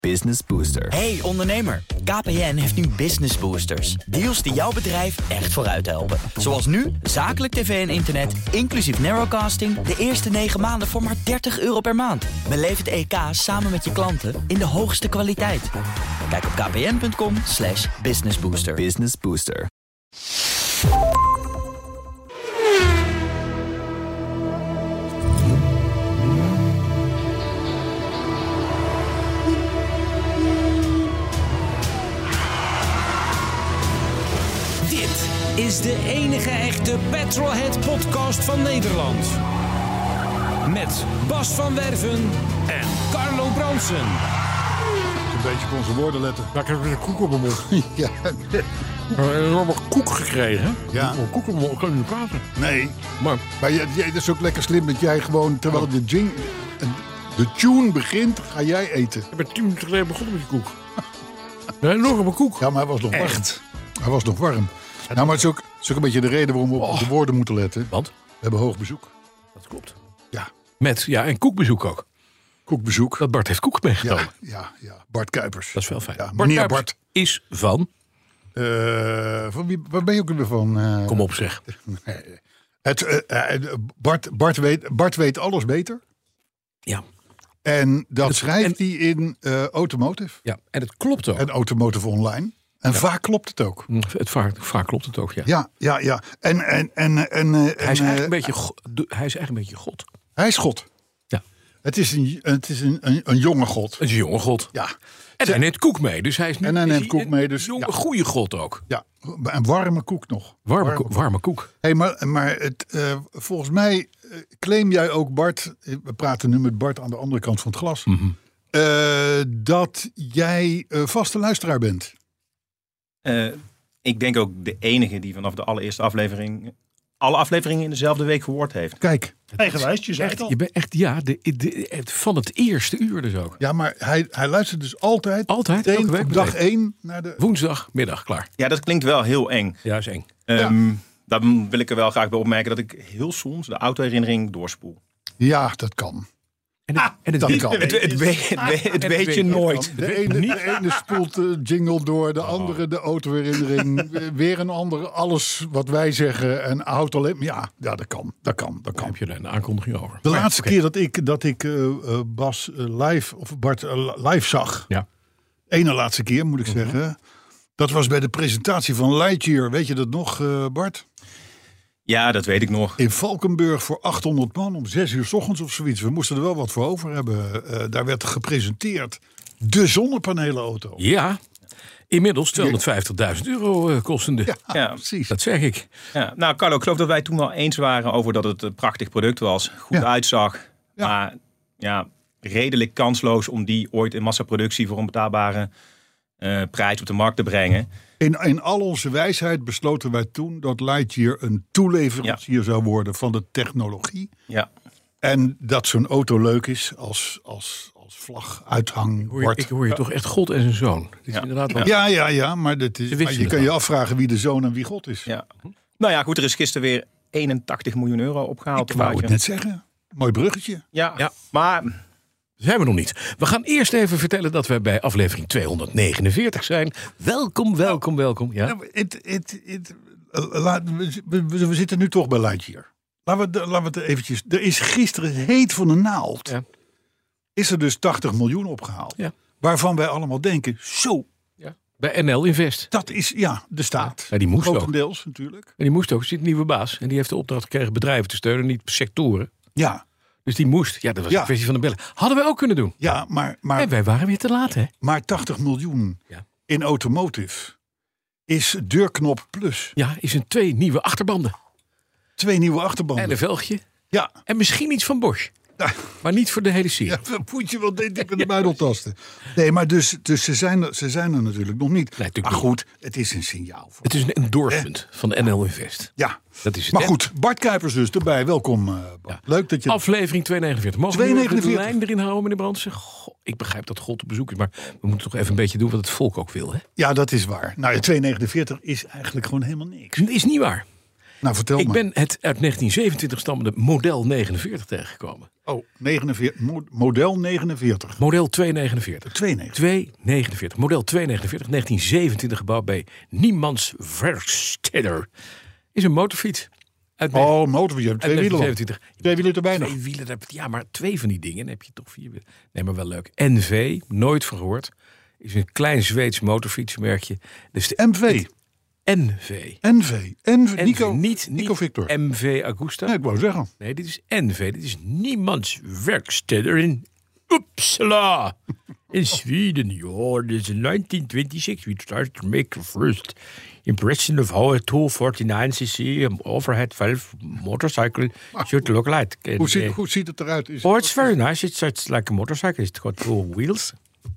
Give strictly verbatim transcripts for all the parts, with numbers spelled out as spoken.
Business Booster. Hey ondernemer, K P N heeft nu Business Boosters. Deals die jouw bedrijf echt vooruit helpen. Zoals nu, zakelijk tv en internet, inclusief narrowcasting... de eerste negen maanden voor maar dertig euro per maand. Beleef het E K samen met je klanten in de hoogste kwaliteit. Kijk op kpn.com slash businessbooster. Business Booster. Is de enige echte Petrolhead-podcast van Nederland. Met Bas van Werven en Carlo Bronsen. Een beetje op onze woorden letten. Ja, ik heb een koek op mijn mond. Ja. Ik heb een enorme koek gekregen. Ja. Een koek op mijn mond, ik kan niet praten. Nee. Maar, Maar jij, jij, dat is ook lekker slim dat jij gewoon, terwijl de, jing, de tune begint, ga jij eten. ik ben tien minuten geleden begonnen met je koek. Nee, nog op een koek. Ja, maar hij was nog warm. Echt? Hij was nog warm. Nou, maar het is ook, het is ook een beetje de reden waarom we op onze woorden moeten letten. Want? We hebben hoog bezoek. Dat klopt. Ja, Met, ja, en koekbezoek ook. koekbezoek. Dat Bart heeft koek meegenomen. Ja, ja, ja. Bart Kuipers. Dat is wel fijn. Ja, Bart meneer Kuipers Bart. is van... Uh, van wie, waar ben je ook weer van? Uh, Kom op zeg. Het, uh, uh, Bart, Bart, weet, Bart weet alles beter. Ja. En dat Het- schrijft en- hij in uh, Automotive. Ja, en het klopt ook. En Automotive Online. En Ja. vaak klopt het ook. Het, vaak, vaak klopt het ook, ja. Ja, ja, ja. En, en, en, en, uh, Hij is en, eigenlijk uh, een beetje, go- de- hij is eigenlijk een beetje God. hij is God. Ja. Het is een, het is een, een, een jonge God. Het is een jonge God. Ja. En hij neemt koek mee. Dus hij is niet En hij is neemt koek mee, dus- een jonge, ja. goede God ook. Ja, een warme koek nog. Warme, koek, warme koek. Hey, maar maar het, uh, volgens mij uh, claim jij ook, Bart... We praten nu met Bart aan de andere kant van het glas... Mm-hmm. Uh, dat jij uh, vaste luisteraar bent. Uh, ik denk ook de enige die vanaf de allereerste aflevering... alle afleveringen in dezelfde week gehoord heeft. Kijk. Eigenwijs, je zei Echt, het al. je bent echt, ja, de, de, het- van het eerste uur dus ook. Ja, maar hij, hij luistert dus altijd... Altijd, meteen elke week op dag meteen. één naar de... Woensdag, middag, klaar. Ja, dat klinkt wel heel eng. Ja, is eng. Um, Daar wil ik er wel graag bij opmerken dat ik heel soms de autoherinnering doorspoel. Ja, dat kan. En het, en het dat weet- kan. Het, het, weet- het, weet- het het weet weet je je nooit. De ene, de ene spoelt de jingle door, de andere de autoherinnering. Weer een andere, alles wat wij zeggen en houdt alleen... Ja, ja, dat kan, dat kan, dat Daar kan. heb je een aankondiging over. De Maar ja, laatste oké. keer dat ik, dat ik uh, uh, Bas uh, live, of Bart uh, live zag... Ja. Ene laatste keer, moet ik Mhm. zeggen... Dat was bij de presentatie van Lightyear. Weet je dat nog, uh, Bart? Ja, dat weet ik nog. In Valkenburg voor achthonderd man om zes uur 's ochtends of zoiets. We moesten er wel wat voor over hebben. Uh, daar werd gepresenteerd de zonnepanelenauto. Ja, inmiddels tweehonderdvijftigduizend euro uh, kostende. Ja, Ja. precies. Dat zeg ik. Ja, nou, Carlo, ik geloof dat wij het toen wel eens waren over dat het een prachtig product was. Goed Ja. uitzag. Ja. Maar ja, redelijk kansloos om die ooit in massaproductie voor een betaalbare uh, prijs op de markt te brengen. In, in al onze wijsheid besloten wij toen dat Lightyear een toeleverancier zou worden van de technologie. Ja. En dat zo'n auto leuk is als, als, als vlag, uithangbord. Hoor je, ik hoor je toch echt God en zijn zoon. Dat is Ja. inderdaad wel... Ja, ja, ja, maar, dat is, Ze maar wisten je kan het je al. afvragen wie de zoon en wie God is. Ja. Nou ja, goed, er is gisteren weer eenentachtig miljoen euro opgehaald. Ik wou het Plaatje. net zeggen. Mooi bruggetje. Ja, Ja. maar Zijn we nog niet. We gaan eerst even vertellen dat we bij aflevering tweehonderdnegenenveertig zijn. Welkom, welkom, welkom. Ja? Nou, het, het, het, uh, laat- we, we, we zitten nu toch bij Lightyear. Laten we, laten we het eventjes... Er is gisteren heet van de naald. Ja. Is er dus tachtig miljoen opgehaald. Ja. Waarvan wij allemaal denken, zo, Ja. Bij N L Invest. dat is ja de staat. Ja, die moest ook. Grotendeels natuurlijk. En die moest ook. Er zit een nieuwe baas. En die heeft de opdracht gekregen bedrijven te steunen, niet sectoren. Ja, Dus die moest. Ja, dat was Ja. een kwestie van de bellen. Hadden we ook kunnen doen. ja maar, maar, En wij waren weer te laat, hè? maar tachtig miljoen Ja. in automotive is deurknop plus. Ja, is een twee nieuwe achterbanden. Twee nieuwe achterbanden. En een velgje. Ja, En misschien iets van Bosch. Maar niet voor de hele serie. ja, dan moet je wel diep in de buidel tasten. Nee, maar dus, dus ze, zijn er, ze zijn er natuurlijk nog niet. natuurlijk maar niet. goed, het is een signaal. Voor. Het is een endorsement van de N L Invest. Ja, Dat is het, maar hè? goed, Bart Kuipers dus erbij. Welkom, uh, Bart. Leuk dat je... Aflevering tweehonderdnegenenveertig. Mogen we nu even de tweehonderdnegenenveertig. lijn erin houden, meneer Brandsen? Goh, ik begrijp dat God op bezoek is. Maar we moeten toch even een beetje doen wat het volk ook wil, hè? Ja, dat is waar. Nou, ja, tweehonderdnegenenveertig is eigenlijk gewoon helemaal niks. Dat is niet waar. Nou, vertel Ik maar. ben het uit negentien zevenentwintig stammende model negenenveertig tegengekomen. Oh, negenenveertig, mo- model negenenveertig. Model tweehonderdnegenenveertig. tweeënnegentig. tweehonderdnegenenveertig. Model tweehonderdnegenenveertig, negentien zevenentwintig gebouwd bij Niemands Verstedder. Is een motorfiets. Uit Oh, motor, je hebt twee uit wielen. negentien zevenentwintig. Twee wielen erbij nog. Twee wielen, dat- ja, maar twee van die dingen, dan heb je toch vier wielen. Nee, maar wel leuk. N V, nooit van gehoord. Is een klein Zweeds motorfietsmerkje. Dus de M V. N V. N V. N V. N V, Nico, niet, Nico niet Victor. M V Augusta. Nee, ik wou zeggen. Nee, dit is N V. Dit is Niemands Werksteder in Uppsala. In Sweden. Ja, this is nineteen twenty-six. We started to make the first impression of how a two forty-nine c c overhead valve motorcycle should look like. And, Hoe ziet, uh, hoe ziet het eruit? Is Oh, it's very nice. It's, it's like a motorcycle. It's got two wheels.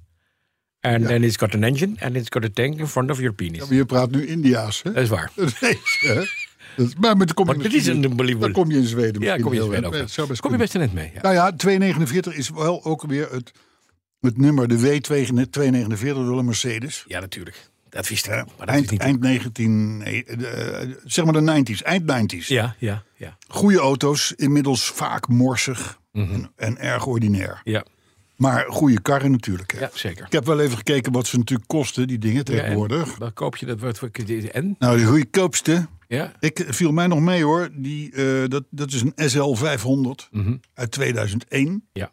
And then it's got an engine. And it's got a tank in front of your penis. je praat nu Indiaas, hè? Dat is waar. Dat is, hè? Dat is- maar met de kom je Maar dit is misschien- een unbelievable. Dan kom je in Zweden Ja, misschien kom je in heel Zweden ook. erg. wel. Het zou best Kom je kunnen. best net mee. Ja. Nou ja, tweehonderdnegenenveertig is wel ook weer het, het nummer, de W tweehonderdnegenenveertig door de Mercedes. Ja, natuurlijk. Dat wist ik. Ja, Maar dat eind, is niet. eind negentien, nee, eh, zeg maar de negentig, eind negentig. Ja, ja, ja. Goede auto's, inmiddels vaak morsig Mhm. en, en erg ordinair. Ja, Maar goede karren natuurlijk. Hè. ja, zeker. Ik heb wel even gekeken wat ze natuurlijk kosten, die dingen tegenwoordig. Ja, en, wat koop je dat? Wat, wat, en? Nou, de goedkoopste, Ja. ik viel mij nog mee hoor, die, eh, dat, dat is een S L vijfhonderd Mhm. uit tweeduizend één. Ja.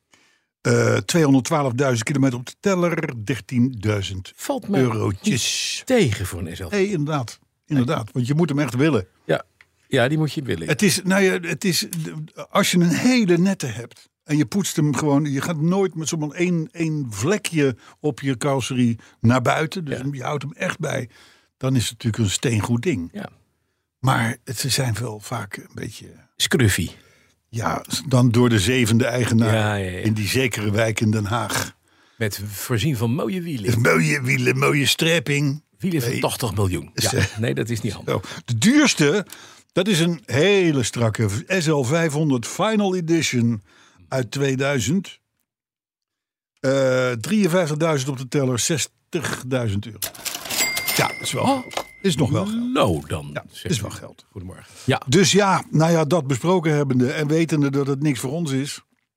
Eh, tweehonderdtwaalfduizend kilometer op de teller, dertienduizend Valt mij eurotjes. tegen voor een S L. Nee, inderdaad. Inderdaad, want je moet hem echt willen. Ja. ja, die moet je willen. Het is, nou ja, het is, als je een hele nette hebt en je poetst hem gewoon, je gaat nooit met zo'n één, één vlekje op je carrosserie naar buiten, dus Ja. je houdt hem echt bij, dan is het natuurlijk een steengoed ding. Ja. Maar het, ze zijn wel vaak een beetje, Scruffy. ja, dan door de zevende eigenaar Ja, ja, ja. in die zekere wijk in Den Haag. Met voorzien van mooie wielen. Mooie wielen, mooie strapping. Wielen van Nee. tachtig miljoen. Ja. Is, Nee, dat is niet handig. Zo. De duurste, dat is een hele strakke S L vijfhonderd Final Edition uit tweeduizend. Eh drieënvijftigduizend op de teller, zestigduizend euro. Ja, dat is wel Oh. geld. Is nog wel geld. Nou dan. Ja, zeg is je. wel geld. Goedemorgen. Ja. Dus ja, nou ja, dat besproken hebbende en wetende dat het niks voor ons is,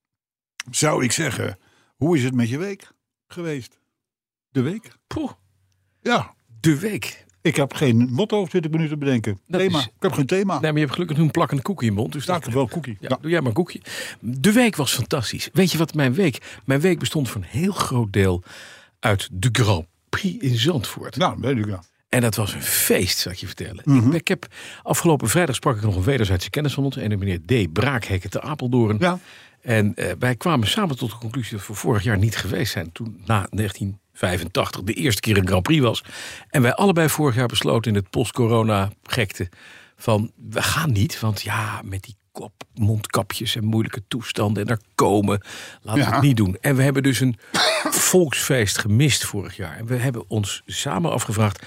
zou ik zeggen, hoe is het met je week geweest? De week? Poeh. Ja, De week. ik heb geen motto, zit ik me nu te bedenken. Dat Thema. is- Ik heb geen thema. Nee, maar je hebt gelukkig nu een plakkende koek in je mond. Dus Ja, ik dat heb wel koekie. Ja, Ja. doe jij maar een koekje. De week was fantastisch. Weet je wat mijn week... Mijn week bestond voor een heel groot deel uit de Grand Prix in Zandvoort. Nou, weet ik wel. En dat was een feest, zal ik je vertellen. Mhm. ik, ik heb afgelopen vrijdag sprak ik nog een wederzijdse kennis van ons. En de meneer D. Braakhekken te Apeldoorn. Ja. En eh, wij kwamen samen tot de conclusie dat we vorig jaar niet geweest zijn. Toen na negentien vijfentachtig de eerste keer een Grand Prix was. En wij allebei vorig jaar besloten in het post-corona gekte van we gaan niet. Want ja, met die kop, mondkapjes en moeilijke toestanden en er komen. Laten we Ja. het niet doen. En we hebben dus een volksfeest gemist vorig jaar. En we hebben ons samen afgevraagd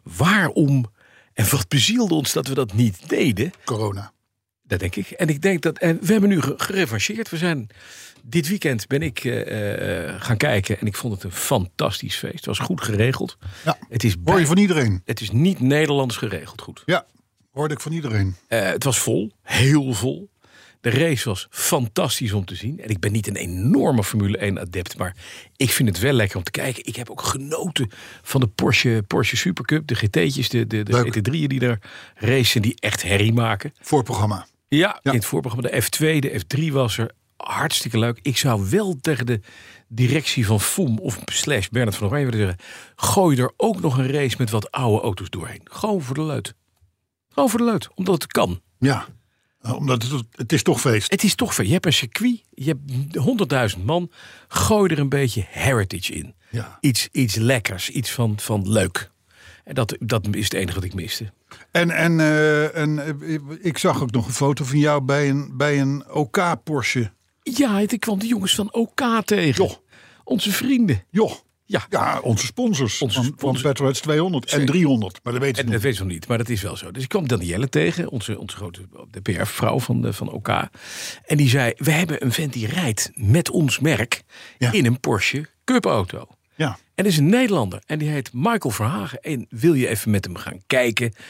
waarom en wat bezielde ons dat we dat niet deden. Corona. Dat denk ik. En ik denk dat. En we hebben nu ge- gerevancheerd. We zijn. Dit weekend ben ik eh, eh, gaan kijken. En ik vond het een fantastisch feest. Het was goed geregeld. Ja. Het is, Hoor je bij- van iedereen? het is niet Nederlands geregeld goed. Ja, hoorde ik van iedereen. Eh, het was vol. Heel vol. De race was fantastisch om te zien. En ik ben niet een enorme Formule één adept. Maar ik vind het wel lekker om te kijken. Ik heb ook genoten van de Porsche, Porsche Supercup. De G T'tjes, de, de, de Leuk. G T drieën die daar racen. Die echt herrie maken. Voorprogramma. Ja, Ja. in het voorprogramma. De F twee, de F drie was er. Hartstikke leuk. Ik zou wel tegen de directie van F O M of slash Bernard van Oranje willen zeggen. Gooi er ook nog een race met wat oude auto's doorheen. Gewoon voor de leut. Gewoon voor de leut. Omdat het kan. Ja, omdat het, het is toch feest. Het is toch veel. Je hebt een circuit. Je hebt honderdduizend man. Gooi er een beetje heritage in. Ja. Iets, iets lekkers. Iets van, van leuk. En dat, dat is het enige wat ik miste. En, en, eh, en eh, ik zag ook nog een foto van jou bij een, bij een OK Porsche. Ja, ik kwam de jongens van O K tegen. Joh. Onze vrienden. Joh. Ja. Ja, onze sponsors. Onze van, van sponsors. Petrolheads tweehonderd en Zeker. driehonderd. Maar dat weten ze En nog. dat weet ze nog niet, maar dat is wel zo. Dus ik kwam Danielle tegen, onze, onze grote de P R-vrouw van, de, van O K. En die zei, we hebben een vent die rijdt met ons merk Ja. in een Porsche Cup-auto. Ja. En dat is een Nederlander en die heet Michael Verhagen. En wil je even met hem gaan kijken?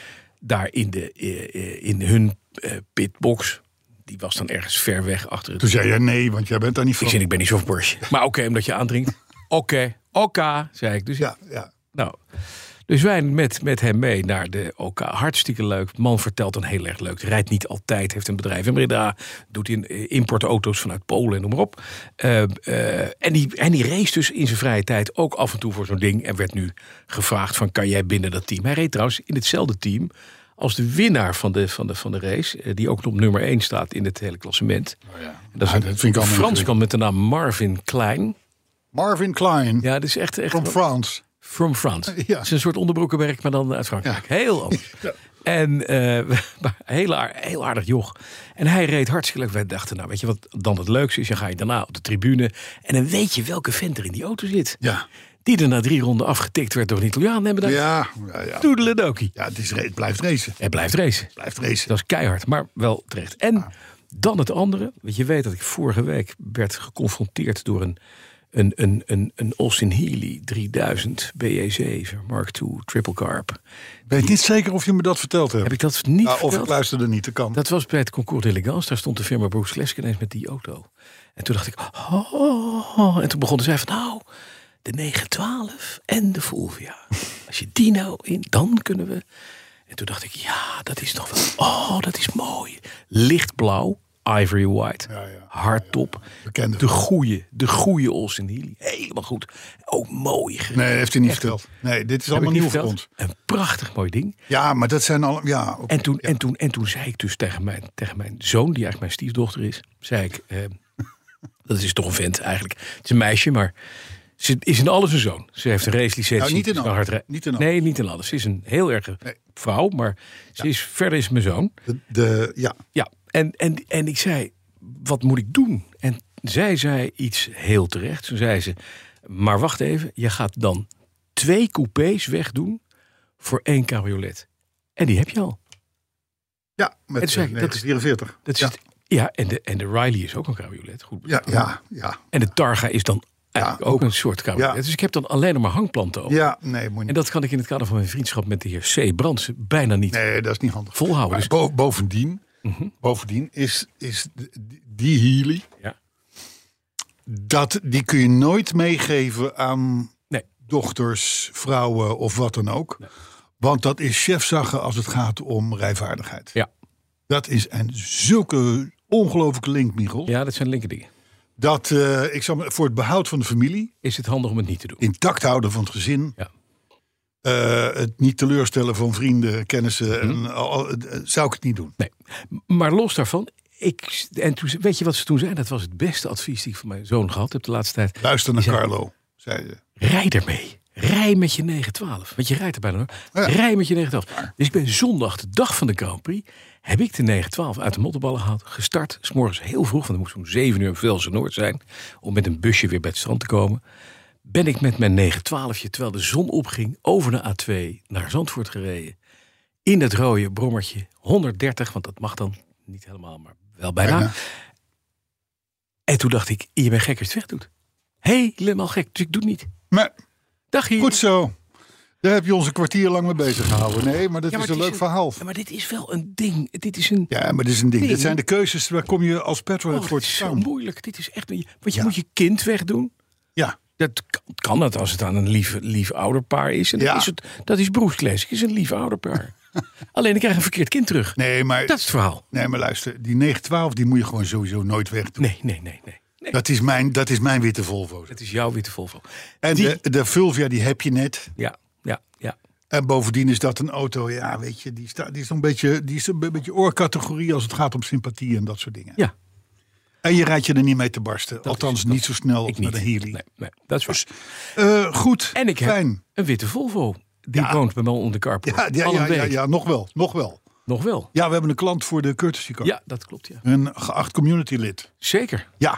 daar in, de, uh, in hun uh, pitbox. Die was dan ergens ver weg achter het. Toen zei jij nee, want jij bent daar niet van. Ik zei, ik ben niet zo'n borstje. Maar oké, okay, omdat je aandringt. Oké, okay, oké, okay, zei ik. Dus ja, ja. Nou, dus wij met, met hem mee naar de O K. Hartstikke leuk. Man vertelt dan heel erg leuk. Rijdt niet altijd, heeft een bedrijf in Breda. Doet in importauto's vanuit Polen en noem maar op. Uh, uh, en, die, en die race dus in zijn vrije tijd ook af en toe voor zo'n ding. En werd nu gevraagd van, kan jij binnen dat team? Hij reed trouwens in hetzelfde team als de winnaar van de, van de, van de race. Die ook op nummer één staat in het hele klassement. Oh ja. En dat is ja, een, dat vind ik een Fransman met de naam Marvin Klein. Marvin Klein. Ja, dat is echt... echt From France. From France. Ja. Het is een soort onderbroekenwerk, maar dan uit Frankrijk. Ja. Heel anders. Ja. En uh, heel, aardig, heel aardig joch. En hij reed hartstikke leuk. Wij dachten, nou weet je wat dan het leukste is? Dan ga je daarna op de tribune. En dan weet je welke vent er in die auto zit. Ja. Die er na drie ronden afgetikt werd door een Italiaan. Hebben ja, ja, ja. Toedeledokie. Ja, het, is, het blijft racen. Het blijft racen. Het blijft racen. Dat is keihard, maar wel terecht. En ah. dan het andere. Want je weet dat ik vorige week werd geconfronteerd door een, een, een, een, een Austin Healey drieduizend B E zeven Mark twee Triple Carb. Weet je niet zeker of je me dat verteld hebt? Heb ik dat niet nou, verteld? Of ik luisterde niet, dat kan. Dat was bij het Concours d'Elegance. Daar stond de firma Brooks Classic ineens met die auto. En toen dacht ik, oh, oh, oh. En toen begon zij van, nou... de negen twaalf en de Fulvia. Als je die nou in, dan kunnen we... En toen dacht ik, ja, dat is toch wel... Oh, dat is mooi. Lichtblauw, ivory white, ja, ja. hardtop. Ja, ja. De goeie, de goeie Austin Healey. Helemaal goed. Ook mooi gereden. Nee, heeft hij niet Echt verteld. Nee, dit is allemaal nieuw voor ons. Een prachtig mooi ding. Ja, maar dat zijn al... Ja, okay. en, toen, ja. en, toen, en toen zei ik dus tegen mijn, tegen mijn zoon, die eigenlijk mijn stiefdochter is... zei ik, eh, dat is toch een vent eigenlijk. Het is een meisje, maar... Ze is in alles een zoon. Ze heeft een racelicentie. Nou, niet in alles. Hard niet in alles. Nee, niet in alles. Ze is een heel erge nee. vrouw, maar ze ja. is verder is mijn zoon. De, de, ja. Ja. En, en, en ik zei, wat moet ik doen? En zij zei iets heel terecht. Toen zei ze, maar wacht even, je gaat dan twee coupés wegdoen voor één cabriolet. En die heb je al. Ja, met zei, uh, negentien vierenveertig. Dat is, ja. dat is, ja, en de, en de Riley is ook een cabriolet. Goed. Ja, ja, ja. En de Targa is dan Ja, ook, ook een soort cabriolet. Ja. Dus ik heb dan alleen nog maar hangplanten over. Ja, nee, moet niet. En dat kan ik in het kader van mijn vriendschap met de heer C. Brandsen bijna niet Nee, dat is niet handig. volhouden. Dus... Bo- bovendien, mm-hmm. bovendien is, is die Healey... Ja. Dat, die kun je nooit meegeven aan nee. dochters, vrouwen of wat dan ook. Nee. Want dat is chefzagge als het gaat om rijvaardigheid. Ja. Dat is een zulke ongelooflijke link, Michel. Ja, dat zijn linker dingen. Dat, uh, ik zal, voor het behoud van de familie... Is het handig om het niet te doen. Intact houden van het gezin. Ja. Uh, het niet teleurstellen van vrienden, kennissen. Mm-hmm. En, al, uh, zou ik het niet doen. Nee. Maar los daarvan... Ik, en toen, weet je wat ze toen zei? Dat was het beste advies die ik van mijn zoon gehad heb de laatste tijd. Luister naar zei, Carlo, zei ze. Rij ermee. Rij met je negen twaalf. Want je rijdt er bijna nog. Ja. Rij met je negen twaalf. Ja. Dus ik ben zondag, de dag van de Grand Prix... heb ik de negen twaalf uit de mottenballen gehaald. Gestart, 's morgens heel vroeg. Want ik moest om zeven uur in Velsen Noord zijn. Om met een busje weer bij het strand te komen. Ben ik met mijn negen twaalfje, terwijl de zon opging... over de A twee naar Zandvoort gereden. In het rode brommertje. honderddertig, want dat mag dan niet helemaal, maar wel bijna. bijna. En toen dacht ik, je bent gek als je het wegdoet. Helemaal gek, dus ik doe het niet. Maar, Dag hier. Goed zo. Daar heb je ons een kwartier lang mee bezig gehouden. Nee, maar dat ja, maar is een leuk is verhaal. Ja, maar dit is wel een ding. Dit is een ja, maar dit is een ding. ding. Dit zijn de keuzes, waar kom je als petrolhead oh, voor te staan. staan. Het is zo moeilijk. Dit is echt... Want je ja. moet je kind wegdoen. Ja. Dat kan het als het aan een lief, lief ouderpaar is. En ja. is het, dat is Brooks Classic. is een lief ouderpaar. Alleen ik krijg een verkeerd kind terug. Nee, maar... Dat is het verhaal. Nee, maar luister. Die negen twaalf, die moet je gewoon sowieso nooit wegdoen. Nee, nee, nee, nee. nee. Dat, is mijn, dat is mijn witte Volvo. Dat is jouw witte Volvo. En die, de, de Fulvia, die heb je net. Ja, ja, ja. En bovendien is dat een auto, ja, weet je, die, sta, die is een beetje, die is een beetje oorcategorie als het gaat om sympathie en dat soort dingen. Ja. En je rijdt je er niet mee te barsten. Dat Althans, is, niet zo snel als met een Healey. Nee, nee, dat is dus, uh, goed, en ik fijn. heb een witte Volvo. Die ja. woont bij mij onder de carport. Ja, ja, ja, ja, ja, nog wel, nog wel. Nog wel? Ja, we hebben een klant voor de courtesy car. Ja, dat klopt, ja. Een geacht community lid. Zeker. Ja.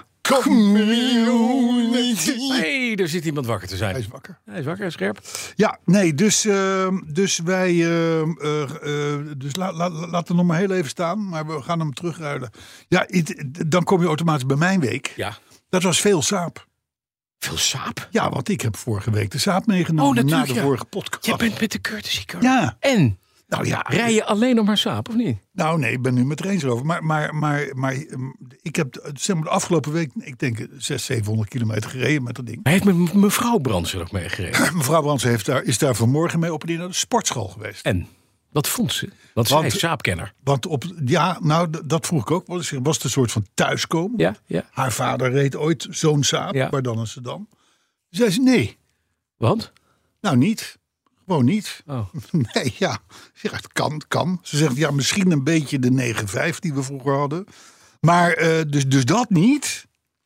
Community. Hey, er zit iemand wakker te zijn. Hij is wakker. Hij is wakker, hij is scherp. Ja, nee, dus, uh, dus wij... Uh, uh, uh, dus la, la, laat hem nog maar heel even staan. Maar we gaan hem terugruilen. Ja, it, dan kom je automatisch bij mijn week. Ja. Dat was veel saap. Veel saap? Ja, want ik heb vorige week de saap meegenomen. Oh, natuurlijk, na de ja. vorige podcast. Je bent met de courtesy car. Ja. En? Nou ja, Rij je alleen nog maar Saab, of niet? nou nee, ik ben nu met Range Rover. Maar, maar, maar, maar um, ik heb zeg maar, de afgelopen week, ik denk zeshonderd, zevenhonderd kilometer gereden met dat ding. Hij heeft met mevrouw Bransen nog meegereden. Mevrouw Brands heeft daar, is daar vanmorgen mee op en neer naar de sportschool geweest. En, wat vond ze? Want, Want- zij is Saab-kenner. Want op, ja, nou d- dat vroeg ik ook. Was, was het een soort van thuiskomen? Ja, ja. Haar vader reed ooit zo'n Saab, Ja. maar dan een sedan. Zei ze, nee, Want? nou niet. Gewoon niet. Oh. Nee, ja. Ze zegt, kan, kan. Ze zegt, ja, misschien een beetje de negen vijf die we vroeger hadden. Maar, eh, dus, dus dat niet.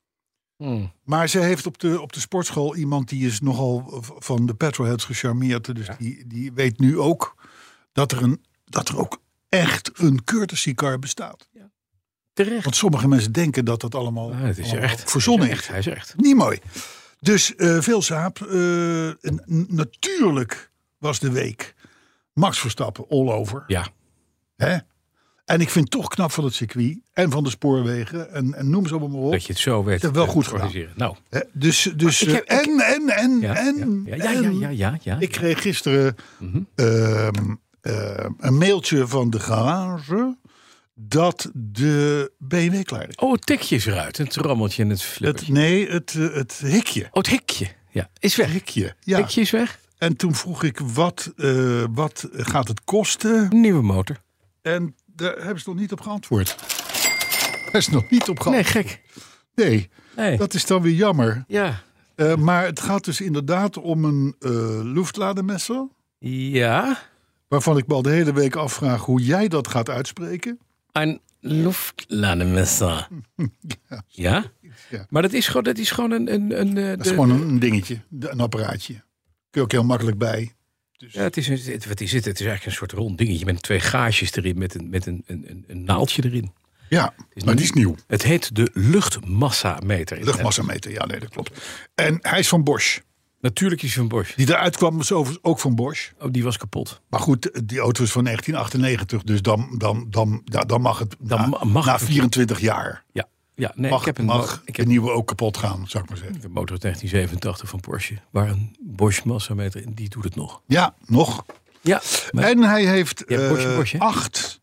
Hmm. Maar ze heeft op de, op de sportschool iemand die is nogal v- van de petrolheads gecharmeerd. Dus die, die weet nu ook dat er, een, dat er ook echt een courtesy car bestaat. Terecht. Want sommige mensen denken dat dat allemaal, Ah, het is allemaal echt. verzonnen Hij is. is echt. Hij is echt. Niet mooi. Dus eh, veel Saab. eh, en n- natuurlijk was de week Max Verstappen all over. Ja. Hè? En ik vind het toch knap van het circuit en van de spoorwegen. En, en noem ze allemaal maar op. Dat je het zo weet Dat wel te goed gedaan. organiseren. Nou. Hè, Dus, dus ik heb- eh, en, en, en, Ja, en, ja, ja, ja, en. ja, ja, ja. Ik kreeg gisteren Mhm. ehm, ehm, een mailtje van de garage dat de B M W klaar is. Oh, het tikje is eruit. Het rammeltje en het flippertje. Het, nee, het, eh, het hikje. Oh, het hikje. Ja, is weg. Hikje, ja. Hikje is weg. En toen vroeg ik, wat, eh, wat gaat het kosten? Een nieuwe motor. En daar hebben ze nog niet op geantwoord. Daar is nog niet op Nee, geantwoord. gek. Nee, Nee. dat is dan weer jammer. Ja. Uh, maar het gaat dus inderdaad om een uh, luchtlademesser. Ja. Waarvan ik me al de hele week afvraag hoe jij dat gaat uitspreken. Een luchtlademesser. Ja. Ja? Ja. Maar dat is gewoon, dat is gewoon een... een, een Dat is gewoon een, een dingetje, een apparaatje. Kun je ook heel makkelijk bij. Dus. Ja, het is, een, het, wat is het? Het is eigenlijk een soort rond dingetje met twee gaasjes erin, met een, met een, een, een naaldje erin. Ja, is maar die is nieuw. Het heet de luchtmassameter. Luchtmassameter, ja, nee, dat klopt. En hij is van Bosch. Natuurlijk is hij van Bosch. Die eruit kwam was overigens ook van Bosch. Oh, die was kapot. Maar goed, die auto is van negentien achtennegentig, dus dan, dan, dan, ja, dan mag het Dan na, ma- mag na het. vierentwintig jaar. Ja, ja nee, Mag, ik heb een, mag mo- ik de heb nieuwe ook kapot gaan, zou ik maar zeggen. een motor uit negentien zevenentachtig van Porsche, waar een Bosch massameter in, die doet het nog. Ja, nog. Ja, maar En hij heeft Ja, Bosch, eh, Bosch, hè? acht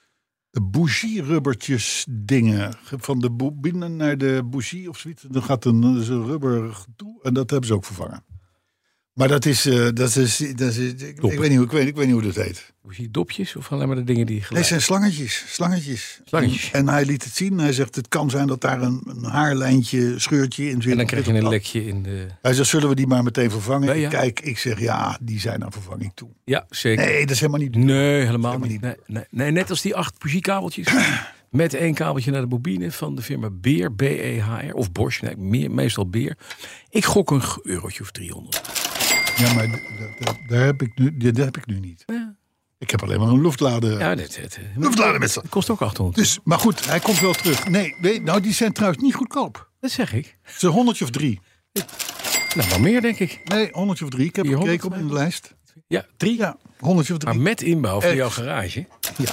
bougie-rubbertjes dingen. Van de bobine naar de bougie of zoiets. Dan gaat een, dat is een rubber toe en dat hebben ze ook vervangen. Maar dat is, uh, dat is, dat is ik, ik, weet niet, hoe- ik, weet, ik weet niet hoe dat heet. hoe zie je dopjes of alleen maar de dingen die Nee, gelijk... het zijn slangetjes. Slangetjes. Slangetjes. En, en hij liet het zien. Hij zegt, het kan zijn dat daar een, een haarlijntje, scheurtje in zit. En dan krijg je Dit een of dat. lekje in de... Hij zegt, zullen we die maar meteen vervangen? Nee, ja. Kijk, ik zeg, ja, die zijn naar vervanging toe. Ja, zeker. Nee, dat is helemaal niet... Nee, helemaal Helemaal niet. niet. Nee, nee, nee, net als die acht bougiekabeltjes. Met één kabeltje naar de bobine van de firma Beer, B E H R. Of Bosch, nee, meer, meestal Beer. Ik gok een eurotje of driehonderd. Ja, maar d- d- daar heb ik nu, dat heb ik nu niet. Ja, Ik heb alleen maar een luchtlader. ja dit, dit, Luchtlademesser. het kost ook achthonderd. Dus, maar goed, hij komt wel terug. Nee, nee, nou die zijn trouwens niet goedkoop. Dat zeg ik. Het is een honderdje of drie. Nou, wel meer denk ik. Nee, honderdje of drie. Ik heb Hier, gekeken op honderd, in de lijst. Ja, drie. Ja, honderdje of drie. Maar met inbouw van Echt. jouw garage. Ja.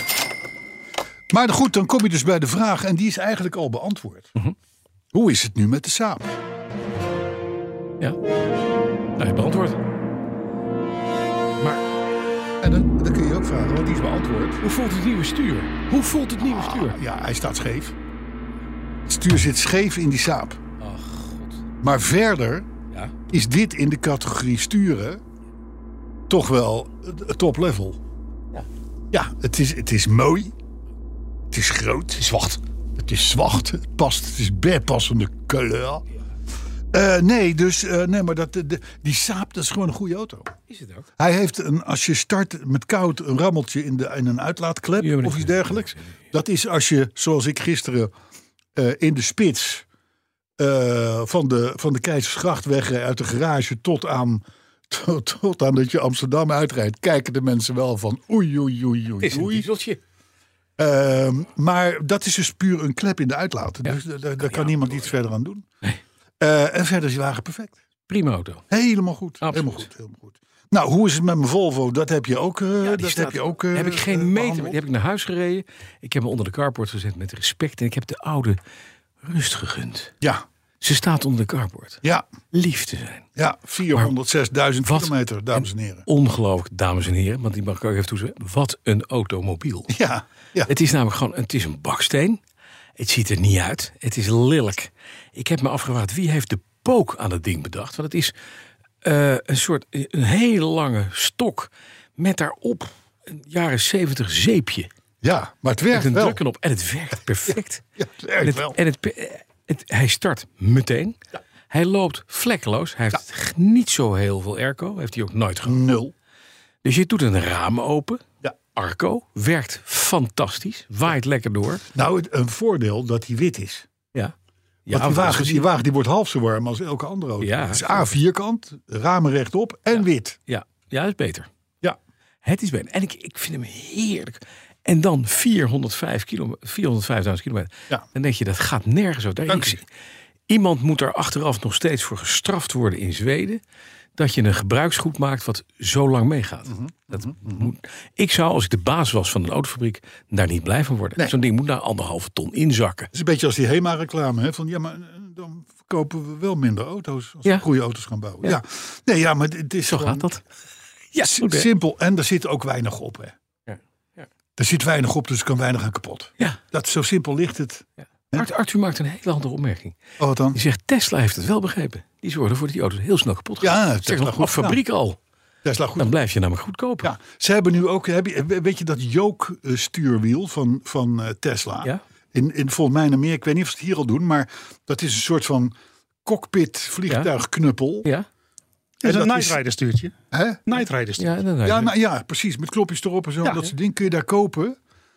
Maar goed, dan kom je dus bij de vraag, en die is eigenlijk al beantwoord. Mhm. Hoe is het nu met de Saab? Ja. Nou, je beantwoord. Maar En dan, dan kun je ook vragen, want die is beantwoord. hoe voelt het nieuwe stuur? Hoe voelt het nieuwe stuur? Ja, hij staat scheef. Het stuur zit scheef in die Saab. Ach, god. Maar verder Ja. is dit in de categorie sturen toch wel het top level. Ja. Ja, het is, het is mooi. Het is groot. Het is zwart. Het is zwart. Het past. Het is bijpassende kleur. Uh, nee, dus uh, nee, maar dat, de, die Saab, dat is gewoon een goede auto. Is het ook? Hij heeft een, als je start met koud, een rammeltje in, de, in een uitlaatklep Ja, maar of dat- iets dergelijks. Dat is als je, zoals ik gisteren, uh, in de spits uh, van, de, van de Keizersgracht wegrijdt uit de garage tot aan, tot, tot aan dat je Amsterdam uitrijdt. Kijken de mensen wel van oei, oei, oei, Het oei, is een oei. dieseltje. Uh, maar dat is dus puur een klep in de uitlaat. Ja. Dus daar, daar kan niemand iets verder aan doen. Nee. Uh, en verder is die wagen perfect. Prima auto. Helemaal goed. Absoluut. Helemaal goed. Helemaal goed. Nou, hoe is het met mijn Volvo? Dat heb je ook. Uh, Ja, die dat staat- heb je ook. Uh, heb ik geen uh, meter. behandeld. Die heb ik naar huis gereden. Ik heb me onder de carport gezet met respect. En ik heb de oude rust gegund. Ja. Ze staat onder de carport. Ja, Lief te zijn. ja vierhonderdzesduizend Wat kilometer, dames en heren. Ongelooflijk, dames en heren. Want die mag ik ook even toezeggen. Wat een automobiel. Ja, ja. Het is namelijk gewoon, het is een baksteen. Het ziet er niet uit. Het is lelijk. Ik heb me afgevraagd, wie heeft de pook aan het ding bedacht? Want het is uh, een soort, een hele lange stok met daarop een jaren zeventig zeepje. ja, maar het werkt Met een wel. drukken op. En het werkt perfect. Ja, het En werkt het, wel. en het, het, hij start meteen. Ja. Hij loopt vlekkeloos. Hij heeft g- niet zo heel veel airco. Heeft hij ook nooit gehad. Nul. Dus je doet een raam open. Ja. Arco. Werkt fantastisch. Waait lekker door. Nou, het, een voordeel dat hij wit is. Ja. Want die wagen, die wagen die wordt half zo warm als elke andere auto. Ja. Het is A vierkant, ramen rechtop en wit. Ja, ja, dat is beter. Ja. Het is beter. En ik, ik vind hem heerlijk. En dan vierhonderdvijf kilometer, vierhonderdvijfduizend kilometer. Ja. Dan denk je, dat gaat nergens over. Dank Ik- u. Iemand moet daar achteraf nog steeds voor gestraft worden in Zweden. Dat je een gebruiksgoed maakt wat zo lang meegaat. Mhm. Dat moet, ik zou, als ik de baas was van een autofabriek, daar niet blij van worden. Nee. Zo'n ding moet naar anderhalve ton inzakken. Het is een beetje als die HEMA-reclame. Hè? Van ja, maar eh, dan verkopen we wel minder auto's als Ja. we goede auto's gaan bouwen. Ja. Ja. Nee, ja, maar het is Zo gewoon gaat dat. Ja, s- goed, hè? simpel. En er zit ook weinig op. Hè. Ja. Ja. Er zit weinig op, dus er kan weinig aan kapot. Ja. Dat zo simpel ligt het. Ja. Art- Arthur maakt een hele andere opmerking. Oh, wat dan? Die zegt, Tesla heeft het wel begrepen. Die zorgen ervoor dat die auto's heel snel kapot gaan. Ja, Zeg Tesla nog goed op fabriek al. Tesla goed. Dan blijf je namelijk goedkoper. Ja, ze hebben nu ook, heb je, weet je dat yoke-stuurwiel van, van uh, Tesla? Ja? In, in volgens mij in Amerika, ik weet niet of ze het hier al doen, maar dat is een soort van cockpit vliegtuigknuppel. Ja? Dat is een dat Night Rider stuurtje. Hè? Night Rider stuurtje. Ja, dan Ja, nou, ja, precies. Met knopjes erop en zo. Ja. Dat soort dingen kun je daar kopen.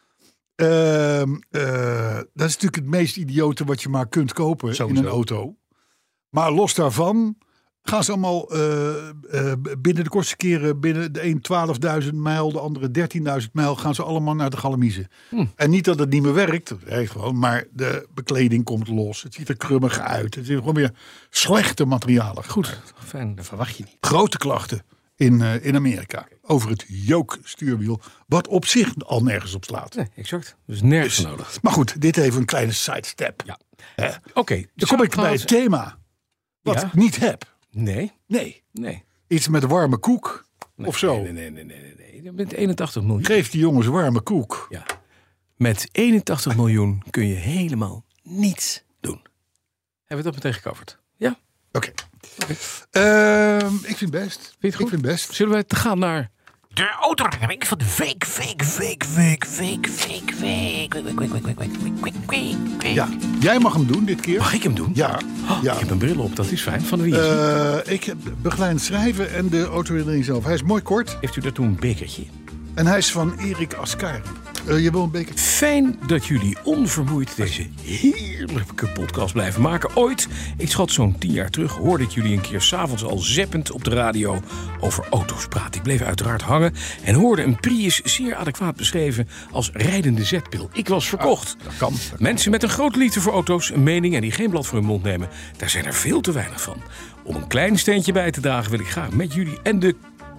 Ehm, eh, dat is natuurlijk het meest idiote wat je maar kunt kopen Sowieso. in een auto. Maar los daarvan gaan ze allemaal eh, eh, binnen de kortste keren, binnen de een twaalfduizend mijl, de andere dertienduizend mijl, gaan ze allemaal naar de Galamiezen. Hm. En niet dat het niet meer werkt, het werkt gewoon, maar de bekleding komt los. Het ziet er krummig uit. Het zijn gewoon weer slechte materialen. Goed, fijn. Dat verwacht je niet. Grote klachten in, uh, in Amerika over het yoke-stuurwiel, wat op zich al nergens op slaat. Nee, exact. Dus nergens voor nodig. Maar goed, dit even een kleine sidestep. Ja. Hè? Oké. Dan kom ik bij het thema wat Ja? ik niet heb. Nee, Nee, nee. iets met warme koek Nee, of zo. Nee, nee, nee, nee, nee, nee. Je bent eenentachtig miljoen. Geef die jongens warme koek. Ja. Met eenentachtig miljoen kun je helemaal niets doen. Hebben we dat meteen gecoverd? Ja? Oké. Ehm, ik vind best. Vind je het Ik goed? vind best. Zullen we te gaan naar... De autoherinnering van de week, week, week, week, week, week, week, week, week, week, week, week, week, week, week, week. Ja, jij mag hem doen dit keer. Mag ik hem doen? Ja. ja. Ik heb een bril op, dat is fijn. Van wie is die? Eh, ik heb begeleid schrijven en de autoherinnering zelf. Hij is mooi kort Heeft u daartoe een bekertje? en hij is van Erik Ascari. Uh, je wil een beker? Fijn dat jullie onvermoeid deze heerlijke podcast blijven maken. Ooit, ik schat zo'n tien jaar terug, hoorde ik jullie een keer 's avonds al zeppend op de radio over auto's praten. Ik bleef uiteraard hangen en hoorde een Prius zeer adequaat beschreven als rijdende zetpil. Ik was verkocht. Dat kan. Mensen met een grote liefde voor auto's, een mening en die geen blad voor hun mond nemen, daar zijn er veel te weinig van. Om een klein steentje bij te dragen wil ik graag met jullie en de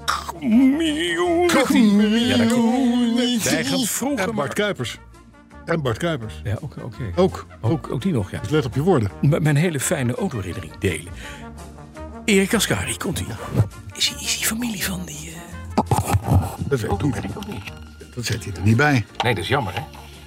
community. Ja, dat Zij gaat vroeger, En maar... Bart Kuipers. En Bart Kuipers. Ja, oké. oké. Ook. Ook, ook die nog, ja. Dus let op je woorden. M- mijn hele fijne autoherinnering delen. Erik Ascari, komt ie. Is hij, is hij familie van die... Uh... Dat weet ik niet. ook niet. Dat zet hij er niet bij. Nee, dat is jammer, hè?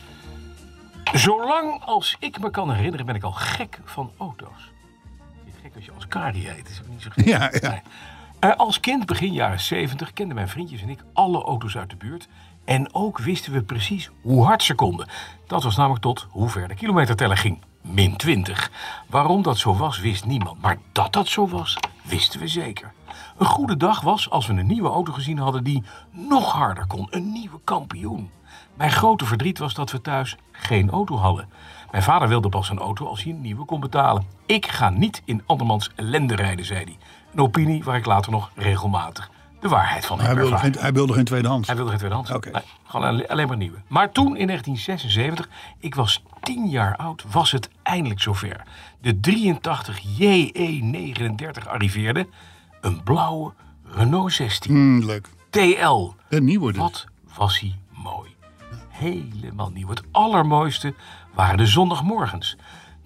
Zolang als ik me kan herinneren ben ik al gek van auto's. Niet gek als je Ascari heet, dat is ook niet zo gek. Ja, ja. Nee. Uh, als kind, begin jaren zeventig, kenden mijn vriendjes en ik alle auto's uit de buurt. En ook wisten we precies hoe hard ze konden. Dat was namelijk tot hoe ver de kilometerteller ging. min twintig. Waarom dat zo was, wist niemand. Maar dat dat zo was, wisten we zeker. Een goede dag was als we een nieuwe auto gezien hadden die nog harder kon. Een nieuwe kampioen. Mijn grote verdriet was dat we thuis geen auto hadden. Mijn vader wilde pas een auto als hij een nieuwe kon betalen. Ik ga niet in andermans ellende rijden, zei hij. Een opinie waar ik later nog regelmatig de waarheid van heb Hij wilde, ervaren. geen, hij wilde geen tweedehands. Hij wilde geen tweedehands. Oké. Nee, gewoon alleen, alleen maar nieuwe. Maar toen, in negentien zesenzeventig, ik was tien jaar oud, was het eindelijk zover. De drieëntachtig J E negenendertig arriveerde. Een blauwe Renault zestien. Hmm, leuk. T L. Een nieuwe dus. Wat was hij mooi. Helemaal nieuw. Het allermooiste waren de zondagmorgens.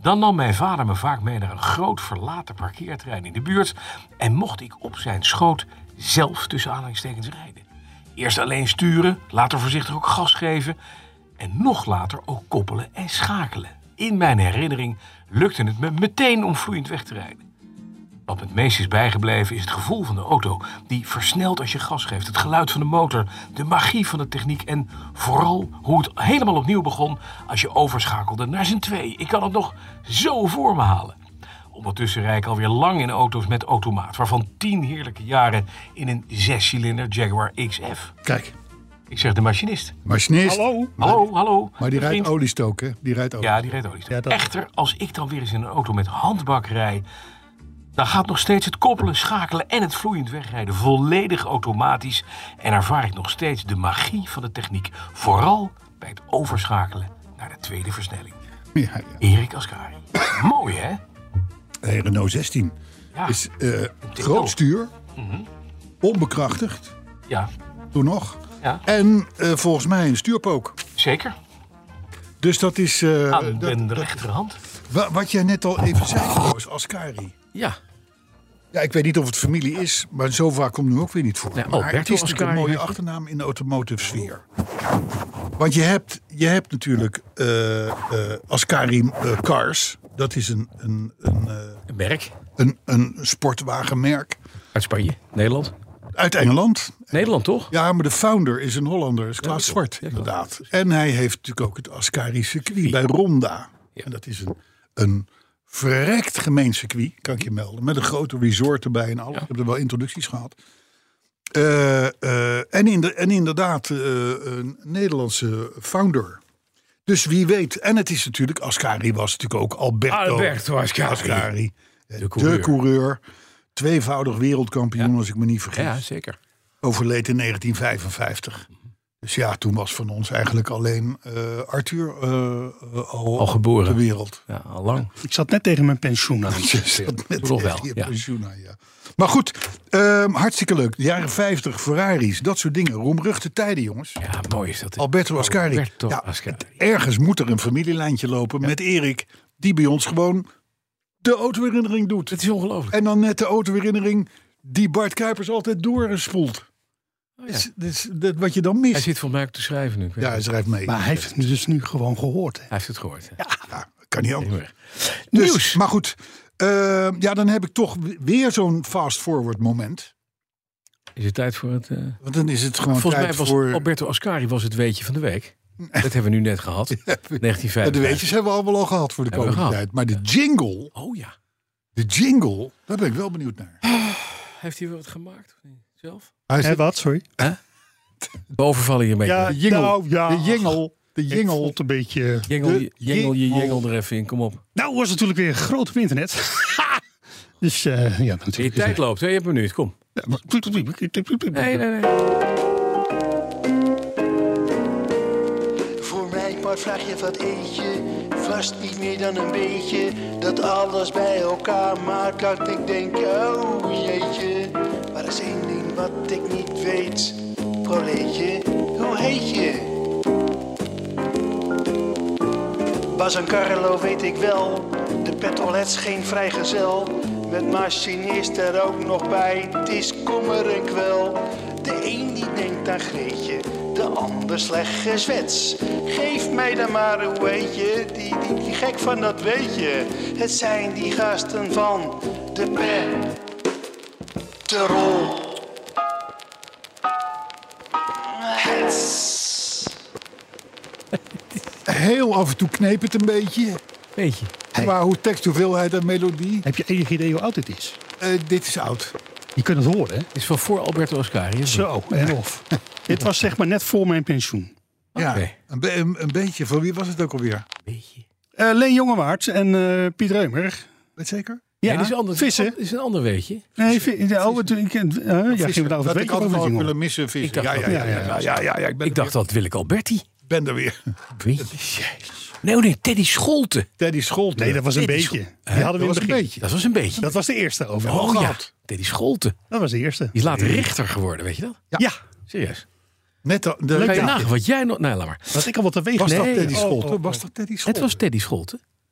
Dan nam mijn vader me vaak mee naar een groot verlaten parkeerterrein in de buurt en mocht ik op zijn schoot zelf tussen aanhalingstekens rijden. Eerst alleen sturen, later voorzichtig ook gas geven en nog later ook koppelen en schakelen. In mijn herinnering lukte het me meteen om vloeiend weg te rijden. Wat me het meest is bijgebleven is het gevoel van de auto die versnelt als je gas geeft. Het geluid van de motor, de magie van de techniek en vooral hoe het helemaal opnieuw begon als je overschakelde naar z'n twee. Ik kan het nog zo voor me halen. Ondertussen rijd ik alweer lang in auto's met automaat, waarvan tien heerlijke jaren in een zescilinder Jaguar X F. Kijk, Ik zeg de machinist. machinist. Hallo? Hallo, hallo. Maar die rijdt Vriend. oliestook, hè? Die rijdt olie. Ja, die rijdt oliestook. Ja, dat- Echter, als ik dan weer eens in een auto met handbak rijd, dan gaat nog steeds het koppelen, schakelen en het vloeiend wegrijden volledig automatisch. En ervaar ik nog steeds de magie van de techniek. Vooral bij het overschakelen naar de tweede versnelling. Ja, ja. Erik Ascari. Mooi, hè? Hey, Renault zestien Ja. is eh, groot stuur, onbekrachtigd, Ja, toen nog. Ja. En eh, volgens mij een stuurpook. zeker. Dus dat is... eh, Aan dat- de rechterhand. wa- wat jij net al even zei, trouwens, Ascari. Ja. Ja, ik weet niet of het familie is, maar zo vaak komt het nu ook weer niet voor. Nee, maar Alberto het is natuurlijk een Ascari mooie had je. achternaam in de automotive sfeer. Want je hebt, je hebt natuurlijk eh eh, Ascari eh, Cars. Dat is een, een, een, eh, Een merk. een, een sportwagenmerk Uit Spanje. Nederland. uit Engeland. Nederland, toch? Ja, maar de founder is een Hollander, is Klaas Ja, Zwart, ja, inderdaad. En hij heeft natuurlijk ook het Ascari circuit bij Ronda. Ja. En dat is een, een verrekt gemeen circuit, kan ik je melden. Met een grote resort erbij en alles. Ik heb er wel introducties gehad. Eh, eh, en, in de, en inderdaad, eh, een Nederlandse founder. Dus wie weet. En het is natuurlijk, Ascari was natuurlijk ook Alberto, Alberto Ascari. Ascari. De De coureur. coureur. Tweevoudig wereldkampioen, als ik me niet vergis. Ja, zeker. Overleed in negentien vijfenvijftig. Dus ja, toen was van ons eigenlijk alleen eh, Arthur eh, eh, al, Al geboren. op de wereld. Ja, al lang. Ik zat net tegen mijn pensioen aan. Je zat net Toch wel, tegen je ja. pensioen aan, ja. Maar goed, ehm, hartstikke leuk. De jaren vijftig, Ferraris, dat soort dingen. Roemruchte tijden, jongens. Ja, mooi is dat. hè? Alberto Ascari. Alberto Ja, Ascari. ergens moet er een familielijntje lopen met Erik, die bij ons gewoon de autoherinnering doet. Het is ongelooflijk. En dan net de autoherinnering die Bart Kuipers altijd doorspoelt. Oh, ja. Dus, dus, dat, wat je dan mist. Hij zit volgens mij ook te schrijven nu. Ik weet Ja, hij het. schrijft mee. Maar hij heeft het dus nu gewoon gehoord. Hè? Hij heeft het gehoord. hè? Ja, kan niet anders. Heel erg. Dus, Nieuws. Maar goed, eh, ja, dan heb ik toch weer zo'n fast-forward moment. Is het tijd voor het... eh, Want dan is het gewoon Volgens mij tijd was voor... Alberto Ascari was het weetje van de week. Dat hebben we nu net gehad. negentien vijfenvijftig. de weetjes hebben we allemaal al gehad voor de Hebben we komende gehad. tijd. Maar de jingle, Oh ja. de jingle, daar ben ik wel benieuwd naar. Heeft hij wel wat gemaakt? of niet? Zelf? Hij Hé, zit- wat? Sorry. Bovenvallen je een beetje. Ja, De jingle. nou, ja. De jingle, de Ik vond jingle. het een beetje... Jengel, de je- jengel je jingle. jengel er even in. Kom op. Nou, was natuurlijk weer groot op internet. dus eh ja, Je natuurlijk. tijd loopt. Hè? Je hebt een minuut. Kom. Ja, maar- Nee, nee, nee. Voor mijn part vraag je wat eet je, vast niet meer dan een beetje. Dat alles bij elkaar maakt dat ik denk, oh jeetje. Maar er is één ding wat ik niet weet, proleetje, hoe heet je? Bas en Carlo weet ik wel, de petrolheads geen vrijgezel. Met machinist er ook nog bij, het is kommer en kwel. De een die denkt aan Greetje, de ander slecht gezwets. Geef mij dan maar, hoe weet je, die, die, die gek van dat weet je. Het zijn die gasten van de petrol. Heel af en toe kneep het een beetje. Weet je. Qua hoe tekst, hoeveelheid en melodie. Heb je enig idee hoe oud het is? Eh, dit is oud. Je kunt het horen, hè? Het is van voor Alberto Ascari. hè? Zo, en of. Dit was zeg maar net voor mijn pensioen. Ja, Oké. een, be- een, een beetje. Van wie was het ook alweer? Beetje. Eh Leen Jongewaard en eh, Piet Reumer. Weet je zeker? Ja, Nee, dit is een ander, vissen. dit is een ander weetje. Nee, vi- ja, oh, het- ik, eh, ja, ging het over dat het ik weetje altijd over al de willen jongen. missen vissen. Ik dacht ja, ja, dat- ja, ja, ja, ja, ja, ja, ik ben Ik er dacht dat Willeke Alberti. weer. ben er weer. Weet je. Nee, oh nee, Teddy Scholte. Teddy Scholte. Nee, dat was een Dit is beetje. goed. Die hadden we dat in was het een begin. beetje. Dat was een beetje. Dat was de eerste over. Oh ja, gehad. Teddy Scholte. Dat was de eerste. Die is later rechter geworden, weet je dat? Ja, Serieus. Net de, de, Kan je ja. nagaan wat jij nog... Nee, laat maar. was ik al wat teweeg was dat Nee. Teddy Oh, Scholte? oh, oh. Was dat Teddy Het Scholte? was Teddy Scholte.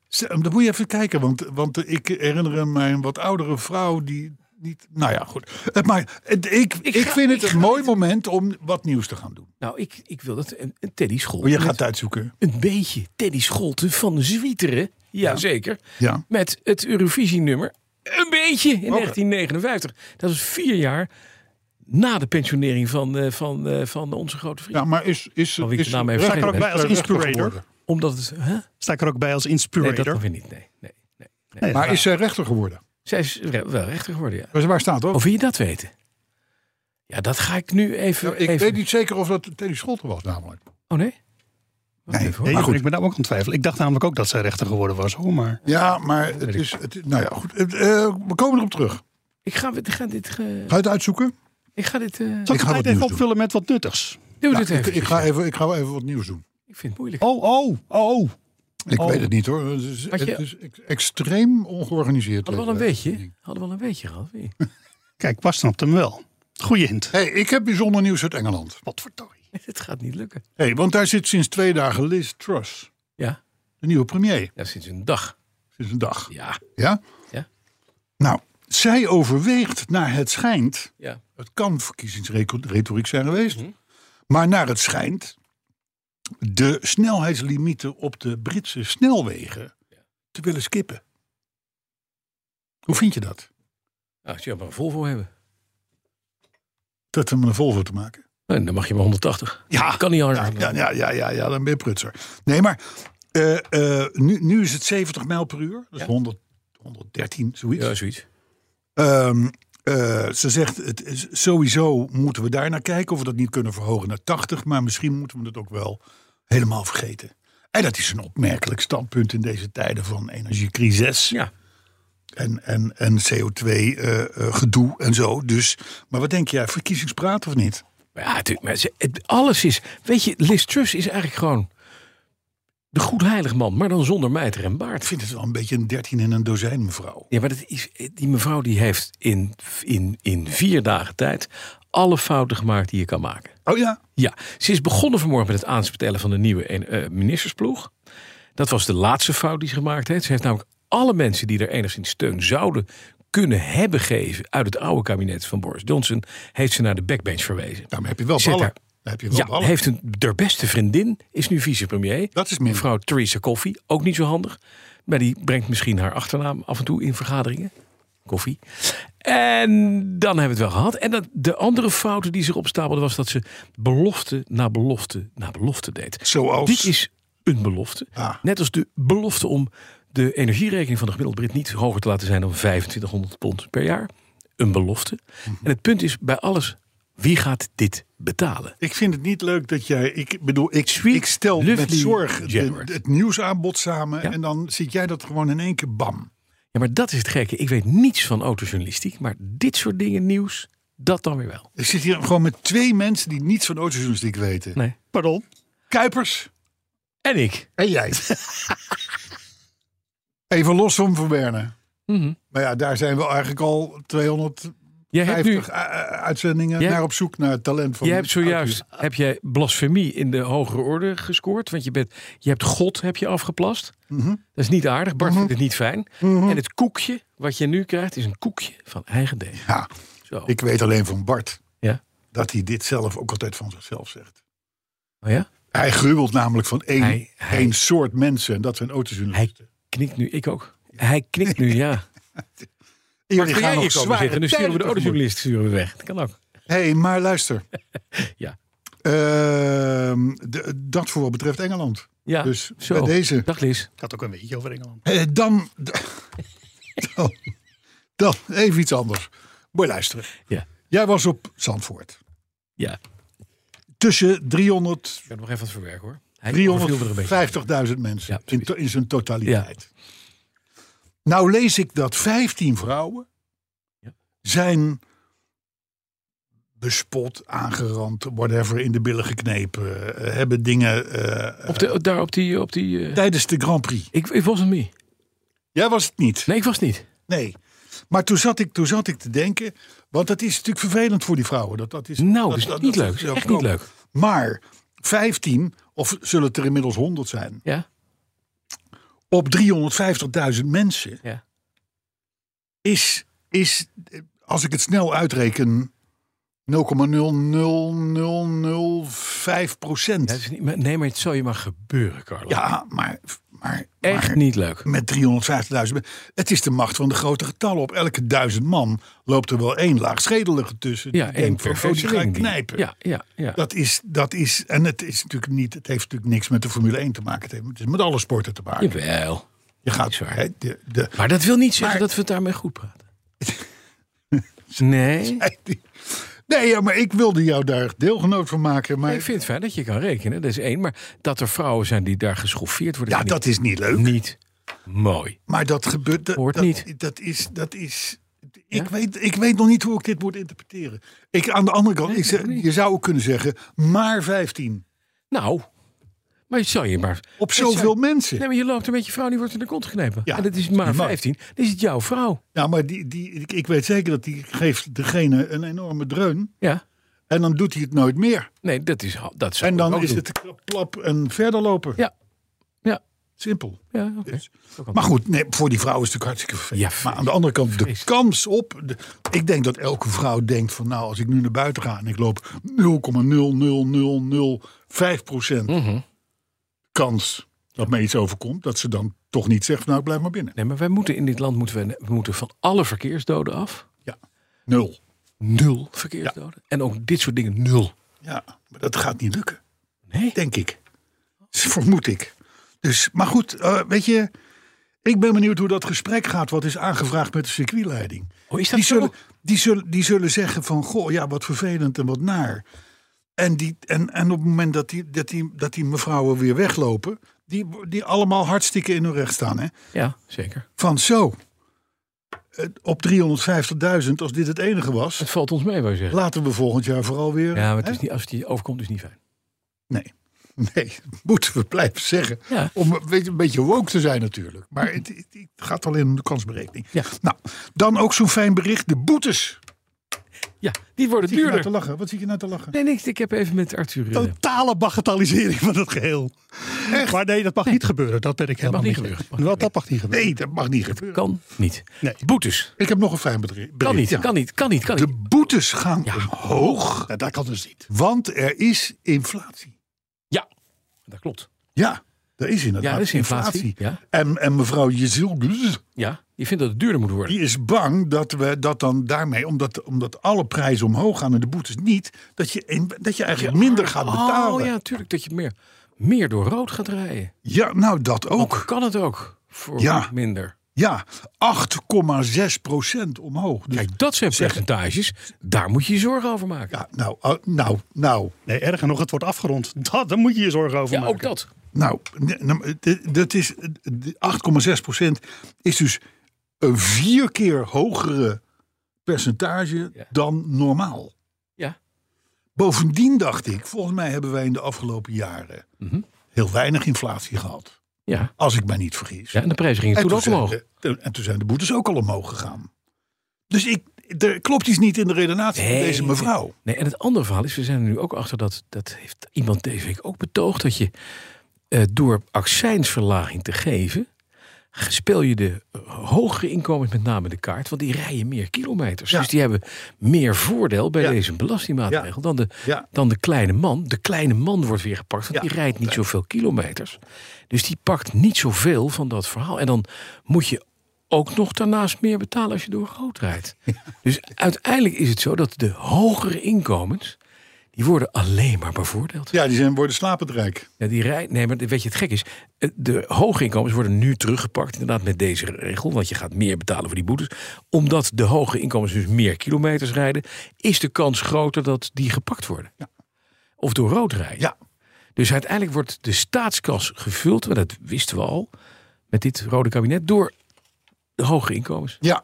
Dan moet je even kijken, want, want ik herinner me een wat oudere vrouw die niet... Nou ja, goed. Maar ik, ik, Ik ik ga- vind het ik een ga mooi het- moment om wat nieuws te gaan doen. Nou, ik, ik wil dat een, een Teddy Scholte. Oh, je met gaat het uitzoeken. een beetje Teddy Scholte van de Zwieteren. Jazeker. Ja. Met het Eurovisie-nummer Een beetje in negentien negenenvijftig. Dat is vier jaar na de pensionering van, uh, van, uh, van onze grote vriend. Ja, maar is, is, Van wie ik is de naam even rechter- vergeten ben. Bij als rechter inspirator. geworden? Omdat het... Huh? Sta ik er ook bij als Nee, inspirator? dat nog weer niet. Nee, nee, nee. nee. Nee, Maar is zij rechter geworden? Zij is re- wel rechter geworden, ja. Dus waar staat dat? Of wil je dat weten? Ja, dat ga ik nu even... Ja, ik even... weet niet zeker of dat Teddy Scholte was namelijk. Oh nee? Wacht Nee, even, hoor. Nee, Maar goed. ik ben daar ook aan het twijfelen. Ik dacht namelijk ook dat zij rechter geworden was, hoor. Maar Ja, maar het is... Het, nou ja, goed. Het, eh, we komen erop terug. Ik ga, ik ga dit... ge- Ga je het uitzoeken? Ik ga dit... uh, zal ik ga het wat even nieuws doen. opvullen met wat nuttigs? doe Ja, dit ik, even. ik, ga even, ik ga wel even wat nieuws doen. Ik vind het moeilijk. Oh, oh, oh. Ik Oh. weet het niet hoor. Het is, Had je- het is ex- extreem ongeorganiseerd. Hadden we al een eh, weetje? Hadden we al een weetje gehad? Wie? Kijk, Bas snapt hem wel. Goeie hint. Hey, ik heb bijzonder nieuws uit Engeland. Wat verdorie. Het gaat niet lukken. Hey, want daar zit sinds twee dagen Liz Truss, Ja, de nieuwe premier, ja sinds een dag. sinds een dag. Ja, Ja? Ja. Nou, zij overweegt naar het schijnt, ja. het kan verkiezingsretoriek zijn geweest, Mhm. maar naar het schijnt de snelheidslimieten op de Britse snelwegen te willen skippen. Hoe vind je dat? Nou, als je maar een Volvo hebben. Dat heeft met een Volvo te maken? Nou, dan mag je maar honderdtachtig. Ja. Kan niet harder. Ja, ja, ja, ja, ja, dan ben je prutser. Nee, maar eh, eh, nu, nu is het zeventig mijl per uur. Dat is Ja. honderd, honderddertien, zoiets. Ja, zoiets. Ehm, eh, ze zegt, het is, sowieso moeten we daar naar kijken of we dat niet kunnen verhogen naar tachtig. Maar misschien moeten we het ook wel helemaal vergeten. En dat is een opmerkelijk standpunt in deze tijden van energiecrisis. Ja. En, en, en C O twee gedoe en zo. Dus, maar wat denk jij, verkiezingspraat of niet? Maar ja, natuurlijk. Maar ze- het, alles is... Weet je, Liz Truss is eigenlijk gewoon de goedheilig man. Maar dan zonder mijter en Ik baard. vind het wel een beetje een dertien in een dozijn, mevrouw. Ja, maar dat is, die mevrouw die heeft in, in, in vier dagen tijd alle fouten gemaakt die je kan maken. Oh ja? Ja, ze is begonnen vanmorgen met het aanspelen van de nieuwe eh, ministersploeg. Dat was de laatste fout die ze gemaakt heeft. Ze heeft namelijk alle mensen die er enigszins steun zouden kunnen hebben gegeven uit het oude kabinet van Boris Johnson, heeft ze naar de backbench verwezen. Nou, maar heb je wel Zit ballen. daar- Dan heb je wel Ja, ballen. heeft een, haar beste vriendin is nu vicepremier. Dat is minder. Mevrouw Theresa Coffey, ook niet zo handig. Maar die brengt misschien haar achternaam af en toe in vergaderingen. Koffie. En dan hebben we het wel gehad. En dat, de andere fouten die zich opstapelden was dat ze belofte na belofte na belofte deed. Zoals? Dit is een belofte. Ah. Net als de belofte om de energierekening van de gemiddelde Brit niet hoger te laten zijn dan vijfentwintighonderd pond per jaar. Een belofte. Mhm. En het punt is bij alles, wie gaat dit betalen? Ik vind het niet leuk dat jij... Ik bedoel, ik, Sweet, ik stel met lovely zorg de- January. het nieuwsaanbod samen. Ja. En dan zit jij dat gewoon in één keer bam. Ja, maar dat is het gekke. Ik weet niets van autojournalistiek, maar dit soort dingen nieuws, dat dan weer wel. Ik zit hier gewoon met twee mensen die niets van autojournalistiek weten. Nee. Pardon? Kuipers En ik. en jij. Even los van Van Berne. Mhm. Maar ja, daar zijn we eigenlijk al tweehonderdvijftig Jij hebt nu, u- uitzendingen Jij- naar op zoek naar het talent van... jij hebt zojuist heb jij blasfemie in de hogere orde gescoord, want je bent, je hebt God heb je afgeplast. Mhm. Dat is niet aardig. Bart vindt het niet fijn. En het koekje wat je nu krijgt is een koekje van eigen deeg. Ja, Zo. ik weet alleen van Bart Ja. dat hij dit zelf ook altijd van zichzelf zegt. Oh ja? Hij gruwelt namelijk van één, Hij- hij- één soort mensen en dat zijn Hij autojournalisten. knikt nu, ik ook. Hij knikt nu, ja. Jullie Maar ga jij nog hier komen zware zitten, dan sturen we de tijden autojournalist sturen we weg. Dat kan ook. tegemoet. hey, maar luister. Ja. Ehm, de- dat voor wat betreft Engeland. Ja, Dus zo. bij deze. Dag Lies. Ik had ook een beetje over Engeland. Eh, dan, dan, dan even iets anders. Moet je luisteren. Ja. Jij was op Zandvoort. Ja. Tussen driehonderd, Ik ga nog even wat verwerken hoor. Hij overviel er een beetje. driehonderdvijftigduizend mensen Ja, in, precies. to- in zijn totaliteit. Nou lees ik dat vijftien vrouwen Ja. zijn bespot, aangerand, whatever, in de billen geknepen. eh, hebben dingen eh, Op de, daar op die... Op die eh, tijdens de Grand Prix. ik, ik was het niet. Jij was het niet. Nee, ik was het niet. Nee. Maar toen zat, ik, toen zat ik te denken, want dat is natuurlijk vervelend voor die vrouwen. Dat, dat is, Nou, dat is niet leuk. is Echt niet overkomen. leuk. Maar vijftien, of zullen het er inmiddels honderd zijn, Ja? op driehonderdvijftigduizend mensen Ja. is, is, als ik het snel uitreken, nul komma nul nul nul nul vijf procent. Dat is niet, maar- nee, maar het zal je maar gebeuren, Carlo. Ja, maar, maar, Echt maar niet leuk. met driehonderdvijftigduizend mensen. Het is de macht van de grote getallen. Op elke duizend man loopt er wel één laagschedelige tussen. Ja, die één denkt van, per oh, die ga ik verseling. knijpen. Ja, ja, ja. Dat is, dat is, en het is natuurlijk niet, het heeft natuurlijk niks met de Formule één te maken. Het heeft, het is met alle sporten te maken. Jawel. Je gaat, Niet waar. hè, de, de, Maar dat wil niet zeggen Maar- dat we het daarmee goed praten. Nee. nee, ja, maar ik wilde jou daar deelgenoot van maken. Maar Ik vind het fijn dat je kan rekenen, dat is één. Maar dat er vrouwen zijn die daar geschoffeerd worden... ja, vind dat is niet leuk. ik niet mooi. Maar dat gebeurt. Dat, Hoort dat, niet. Dat is. Dat is ik, Ja? weet, ik weet nog niet hoe ik dit moet interpreteren. Ik, aan de andere kant, Nee, ik zeg, ik niet. je zou ook kunnen zeggen, maar vijftien. Nou, maar je zal je maar... Op het zoveel zijn- mensen. Nee, maar je loopt er met je vrouw, die wordt in de kont geknepen. Ja, En dat is dat is maar niet mooi. vijftien. Dan is het jouw vrouw. Ja, maar die, die, ik, ik weet zeker dat die geeft degene een enorme dreun. Ja. En dan doet hij het nooit meer. Nee, dat is... Dat zou En ik dan ook is doen. het klap en verder lopen. Ja. Ja. Simpel. Ja, oké. Dus- Zo kan Maar het. goed, nee, voor die vrouw is het natuurlijk hartstikke vervelend. Ja, maar aan de andere kant, de vreselijk. kans op... De, ik denk dat elke vrouw denkt van... nou, als ik nu naar buiten ga en ik loop nul komma nul nul nul nul vijf procent Mhm. kans dat mij iets overkomt... dat ze dan toch niet zegt, nou, ik blijf maar binnen. Nee, maar wij moeten in dit land moeten we, we moeten van alle verkeersdoden af. Ja, nul. Nul verkeersdoden. En ook dit soort dingen nul. Ja, maar dat gaat niet lukken, Nee. denk ik. Dus vermoed ik. Dus, maar goed, eh, weet je... Ik ben benieuwd hoe dat gesprek gaat... wat is aangevraagd met de circuitleiding. Oh, is dat Die zo? zullen, die, zullen, die zullen zeggen van... goh, ja, wat vervelend en wat naar. En, die, en, en op het moment dat die, dat, die, dat die mevrouwen weer weglopen... die, die allemaal hartstikke in hun recht staan. Hè? Ja, zeker. Van zo, eh, op driehonderdvijftigduizend, als dit het enige was... Het valt ons mee, wou je zeggen. laten we volgend jaar vooral weer... Ja, maar het hè? is niet, als het je overkomt, is het niet fijn. Nee, nee, moeten we blijven zeggen. Ja. Om een beetje, een beetje woke te zijn natuurlijk. Maar het, het, het gaat alleen om de kansberekening. Ja. Nou, dan ook zo'n fijn bericht. De boetes. Ja, die worden Zie je nou duurder. te lachen? Wat zie je nou te lachen? Nee, niks. Ik heb even met Arthur... eh, Totale bagatellisering van het geheel. Maar nee, dat mag niet gebeuren. Dat ben ik helemaal mag niet niet gebeuren. gebeuren. Wel, dat mag niet gebeuren. Nee, dat mag niet gebeuren. Kan niet. Nee. Boetes. Ik heb nog een fijn bericht. Kan niet, Ja. kan niet, kan niet, kan niet. De boetes gaan Ja. omhoog. Ja, dat kan dus niet. Want er is inflatie. Ja, dat klopt. Ja, er is inderdaad Ja, er is inflatie. Ja. En, en mevrouw Jezil, Ja, je vindt dat het duurder moet worden. die is bang dat we dat dan daarmee, omdat, omdat alle prijzen omhoog gaan en de boetes niet, dat je, een- dat je eigenlijk minder gaat betalen. Oh ja, natuurlijk. Dat je meer, meer door rood gaat rijden. Ja, nou dat Ook ook. kan het ook. Voor Ja. minder. Ja, acht komma zes procent omhoog. Dus, Kijk, dat zijn Zeg- percentages. Daar moet je je zorgen over maken. ja, nou, uh, nou, nou, Nee, erger nog, het wordt afgerond. Dat, daar moet je je zorgen over Ja, maken. ook dat. nou, ne- nou, d- dat is de acht komma zes procent is dus een vier keer hogere percentage Ja. dan normaal. Ja. Bovendien dacht ik, volgens mij hebben wij in de afgelopen jaren Mhm. heel weinig inflatie gehad. Ja. Als ik mij niet vergis. Ja, en de prijzen gingen en, toen ook zijn omhoog. de, de- en toen zijn de boetes ook al omhoog gegaan. Dus ik, er klopt iets niet in de redenatie van Nee, deze mevrouw. Nee, en het andere verhaal is, we zijn er nu ook achter dat, dat heeft iemand deze week ook betoogd, dat je eh, door accijnsverlaging te geven, speel je de eh, hogere inkomens met name de kaart, want die rijden meer kilometers. Ja. Dus die hebben meer voordeel bij Ja. deze belastingmaatregel Ja. dan, de, Ja. dan de kleine man. De kleine man wordt weer gepakt, want Ja. die rijdt niet zoveel kilometers. Dus die pakt niet zoveel van dat verhaal. En dan moet je ook nog daarnaast meer betalen als je door rood rijdt. Dus uiteindelijk is het zo dat de hogere inkomens, die worden alleen maar bevoordeeld. Ja, die zijn, worden slapend rijk. Ja, die rij, nee, maar weet je, het gek is, eh, de hoge inkomens worden nu teruggepakt, inderdaad met deze regel, want je gaat meer betalen voor die boetes. Omdat de hoge inkomens dus meer kilometers rijden, is de kans groter dat die gepakt worden. Ja. Of door rood rijden. Ja. Dus uiteindelijk wordt de staatskas gevuld, maar dat wisten we al, met dit rode kabinet, door de hoge inkomens. Ja.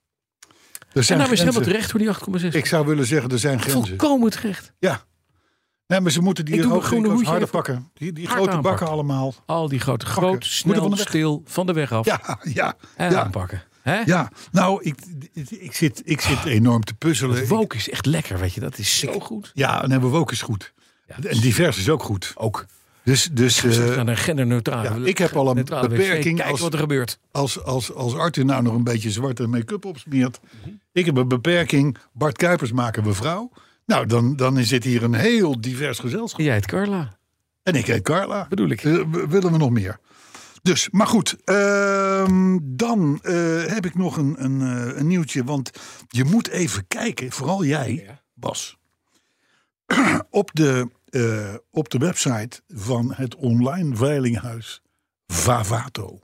Er En zijn nou is grenzen. helemaal terecht voor die acht komma zes. Ik zou willen zeggen, er zijn grenzen. Volkomen terecht. Ja. Nee, maar ze moeten die Ik doe mijn hoge groene inkomens hoedje harder even pakken. Die, die hard grote aanpakken. bakken allemaal. Al die grote, Pakken. groot, Moeten snel, van de weg. stil, van de weg af. Ja, ja, En ja. aanpakken. Hè? Ja, nou, ik, ik, zit, ik zit enorm te puzzelen. Het woke is echt lekker, weet je. Dat is zo goed. Ja, en hebben we ook is goed. Ja, En divers is ook goed. ook. Dus, dus, We uh, gaan een genderneutrale. ja, ik heb al een neutrale beperking. Kijk als, wat er gebeurt. Als, als, als Arthur nou nog een beetje zwarte make-up opsmeert. Mm-hmm. Ik heb een beperking. Bart Kuipers maken we vrouw. Nou, dan, dan zit hier een heel divers gezelschap. Jij heet Carla. En ik heet Carla. Bedoel ik. Uh, willen we nog meer? Dus, maar goed. Uh, dan uh, heb ik nog een, een, uh, een nieuwtje. Want je moet even kijken. Vooral jij, ja. Bas. op, de, uh, op de website van het online veilinghuis Vavato.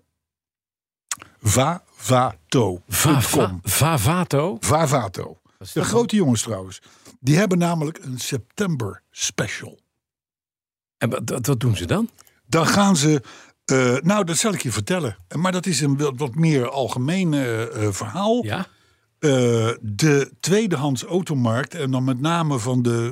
Vavato. Va- Vavato? Vavato. De grote jongens trouwens. Die hebben namelijk een september special. En wat, wat doen ze dan? Dan gaan ze... Uh, nou, dat zal ik je vertellen. Maar dat is een wat, wat meer algemeen uh, uh, verhaal. Ja? Uh, de tweedehands automarkt. En dan met name van de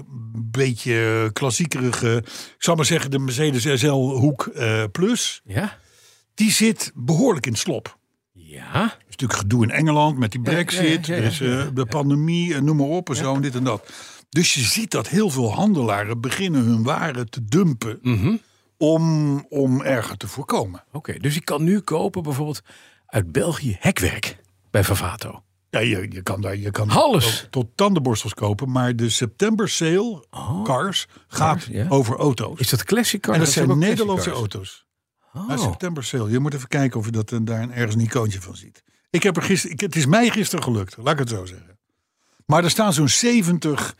beetje klassiekerige... Ik zal maar zeggen de Mercedes S L Hoek uh, Plus. Ja? Die zit behoorlijk in slop. Ja? Er is natuurlijk gedoe in Engeland met die brexit. Ja, ja, ja, ja, er is uh, de pandemie en noem maar op en ja. zo en dit en dat. Dus je ziet dat heel veel handelaren beginnen hun waren te dumpen... Mm-hmm. Om, om erger te voorkomen. Oké, okay, dus ik kan nu kopen bijvoorbeeld uit België hekwerk bij Vavato. Ja, je, je kan daar je kan Alles. tot tandenborstels kopen. Maar de september sale oh, cars gaat cars, ja. over auto's. Is dat classic cars? En dat, dat zijn cars. Nederlandse auto's. Oh. Nou, september sale. Je moet even kijken of je dat, daar ergens een icoontje van ziet. Ik heb er gisteren, ik, het is mij gisteren gelukt. Laat ik het zo zeggen. Maar er staan zo'n zeventig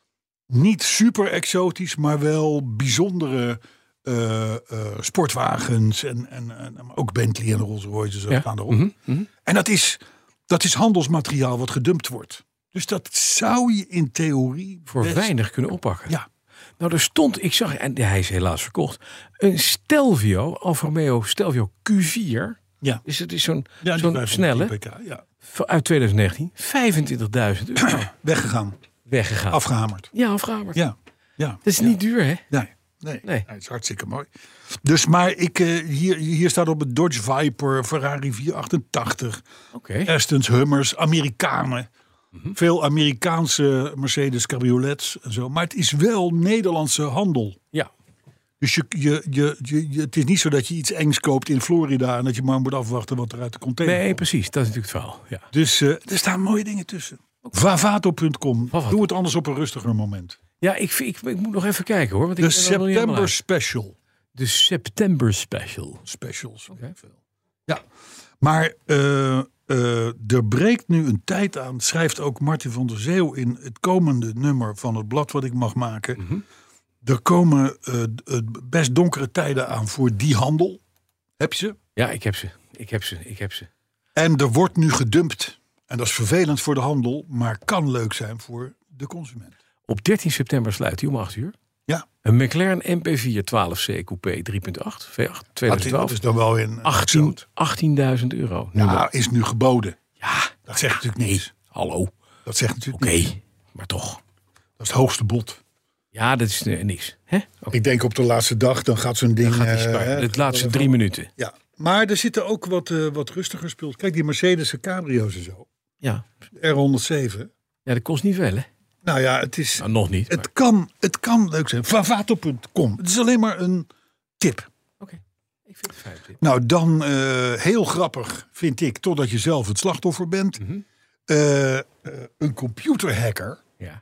niet super exotisch, maar wel bijzondere... Uh, uh, sportwagens en, en, en ook Bentley en Rolls Royce zo ja. gaan erop. Mm-hmm, mm-hmm. En dat is, dat is handelsmateriaal wat gedumpt wordt. Dus dat zou je in theorie voor best... weinig kunnen oppakken. Ja. Nou, er stond, ik zag, en hij is helaas verkocht, een Stelvio, Alfa Romeo Stelvio Q vier. Ja. Dus het is zo'n, ja, zo'n snelle, P K, ja. uit twintig negentien, vijfentwintigduizend euro. Weggegaan. Weggegaan. Afgehamerd. Ja, afgehamerd. Ja. ja. Dat is ja. niet duur, hè? Nee. Nee, nee. het is hartstikke mooi. Dus, maar ik, uh, hier, hier staat op het Dodge Viper, Ferrari vierhonderdachtachtig, okay. Astons, Hummers, Amerikanen. Mm-hmm. Veel Amerikaanse Mercedes cabriolets en zo. Maar het is wel Nederlandse handel. Ja. Dus je, je, je, je, je, het is niet zo dat je iets engs koopt in Florida en dat je maar moet afwachten wat er uit de container nee, komt. Nee, precies. Dat is natuurlijk het verhaal. Ja. Dus uh, er staan mooie dingen tussen. Okay. Vavato punt com. Vavato. Doe het anders op een rustiger moment. Ja, ik, ik, ik moet nog even kijken hoor. Want de ik September Special. De September Special. Specials. Okay. Ja, maar uh, uh, er breekt nu een tijd aan, schrijft ook Martin van der Zeeuw in het komende nummer van het blad wat ik mag maken. Mm-hmm. Er komen uh, best donkere tijden aan voor die handel. Heb je ze? Ja, ik heb ze. Ik heb ze. Ik heb ze. En er wordt nu gedumpt. En dat is vervelend voor de handel, maar kan leuk zijn voor de consument. Op dertien september sluit hij om acht uur. Ja. Een McLaren M P vier twaalf C Coupé drie punt acht V acht tweeduizend twaalf. Dat is dan wel in achttienduizend euro. Ja, nou, is nu geboden. Ja, dat zegt natuurlijk nee. niets. Hallo. Dat zegt natuurlijk Oké, niets. maar toch. Dat is het hoogste bod. Ja, dat is uh, niks. Hè? Okay. Ik denk op de laatste dag, dan gaat zo'n ding... Dan gaat uh, de laatste drie van... minuten. Ja, maar er zitten ook wat, uh, wat rustiger speels. Kijk, die Mercedes cabrio's en zo. Ja. R honderdzeven. Ja, dat kost niet veel, hè? Nou ja, het is... Nou, nog niet. Het, maar... kan, het kan leuk zijn. Vavato punt com. Het is alleen maar een tip. Oké, okay. Ik vind het een fijne tip. Nou, dan uh, heel grappig vind ik, totdat je zelf het slachtoffer bent. Mm-hmm. Uh, uh, een computerhacker. Ja.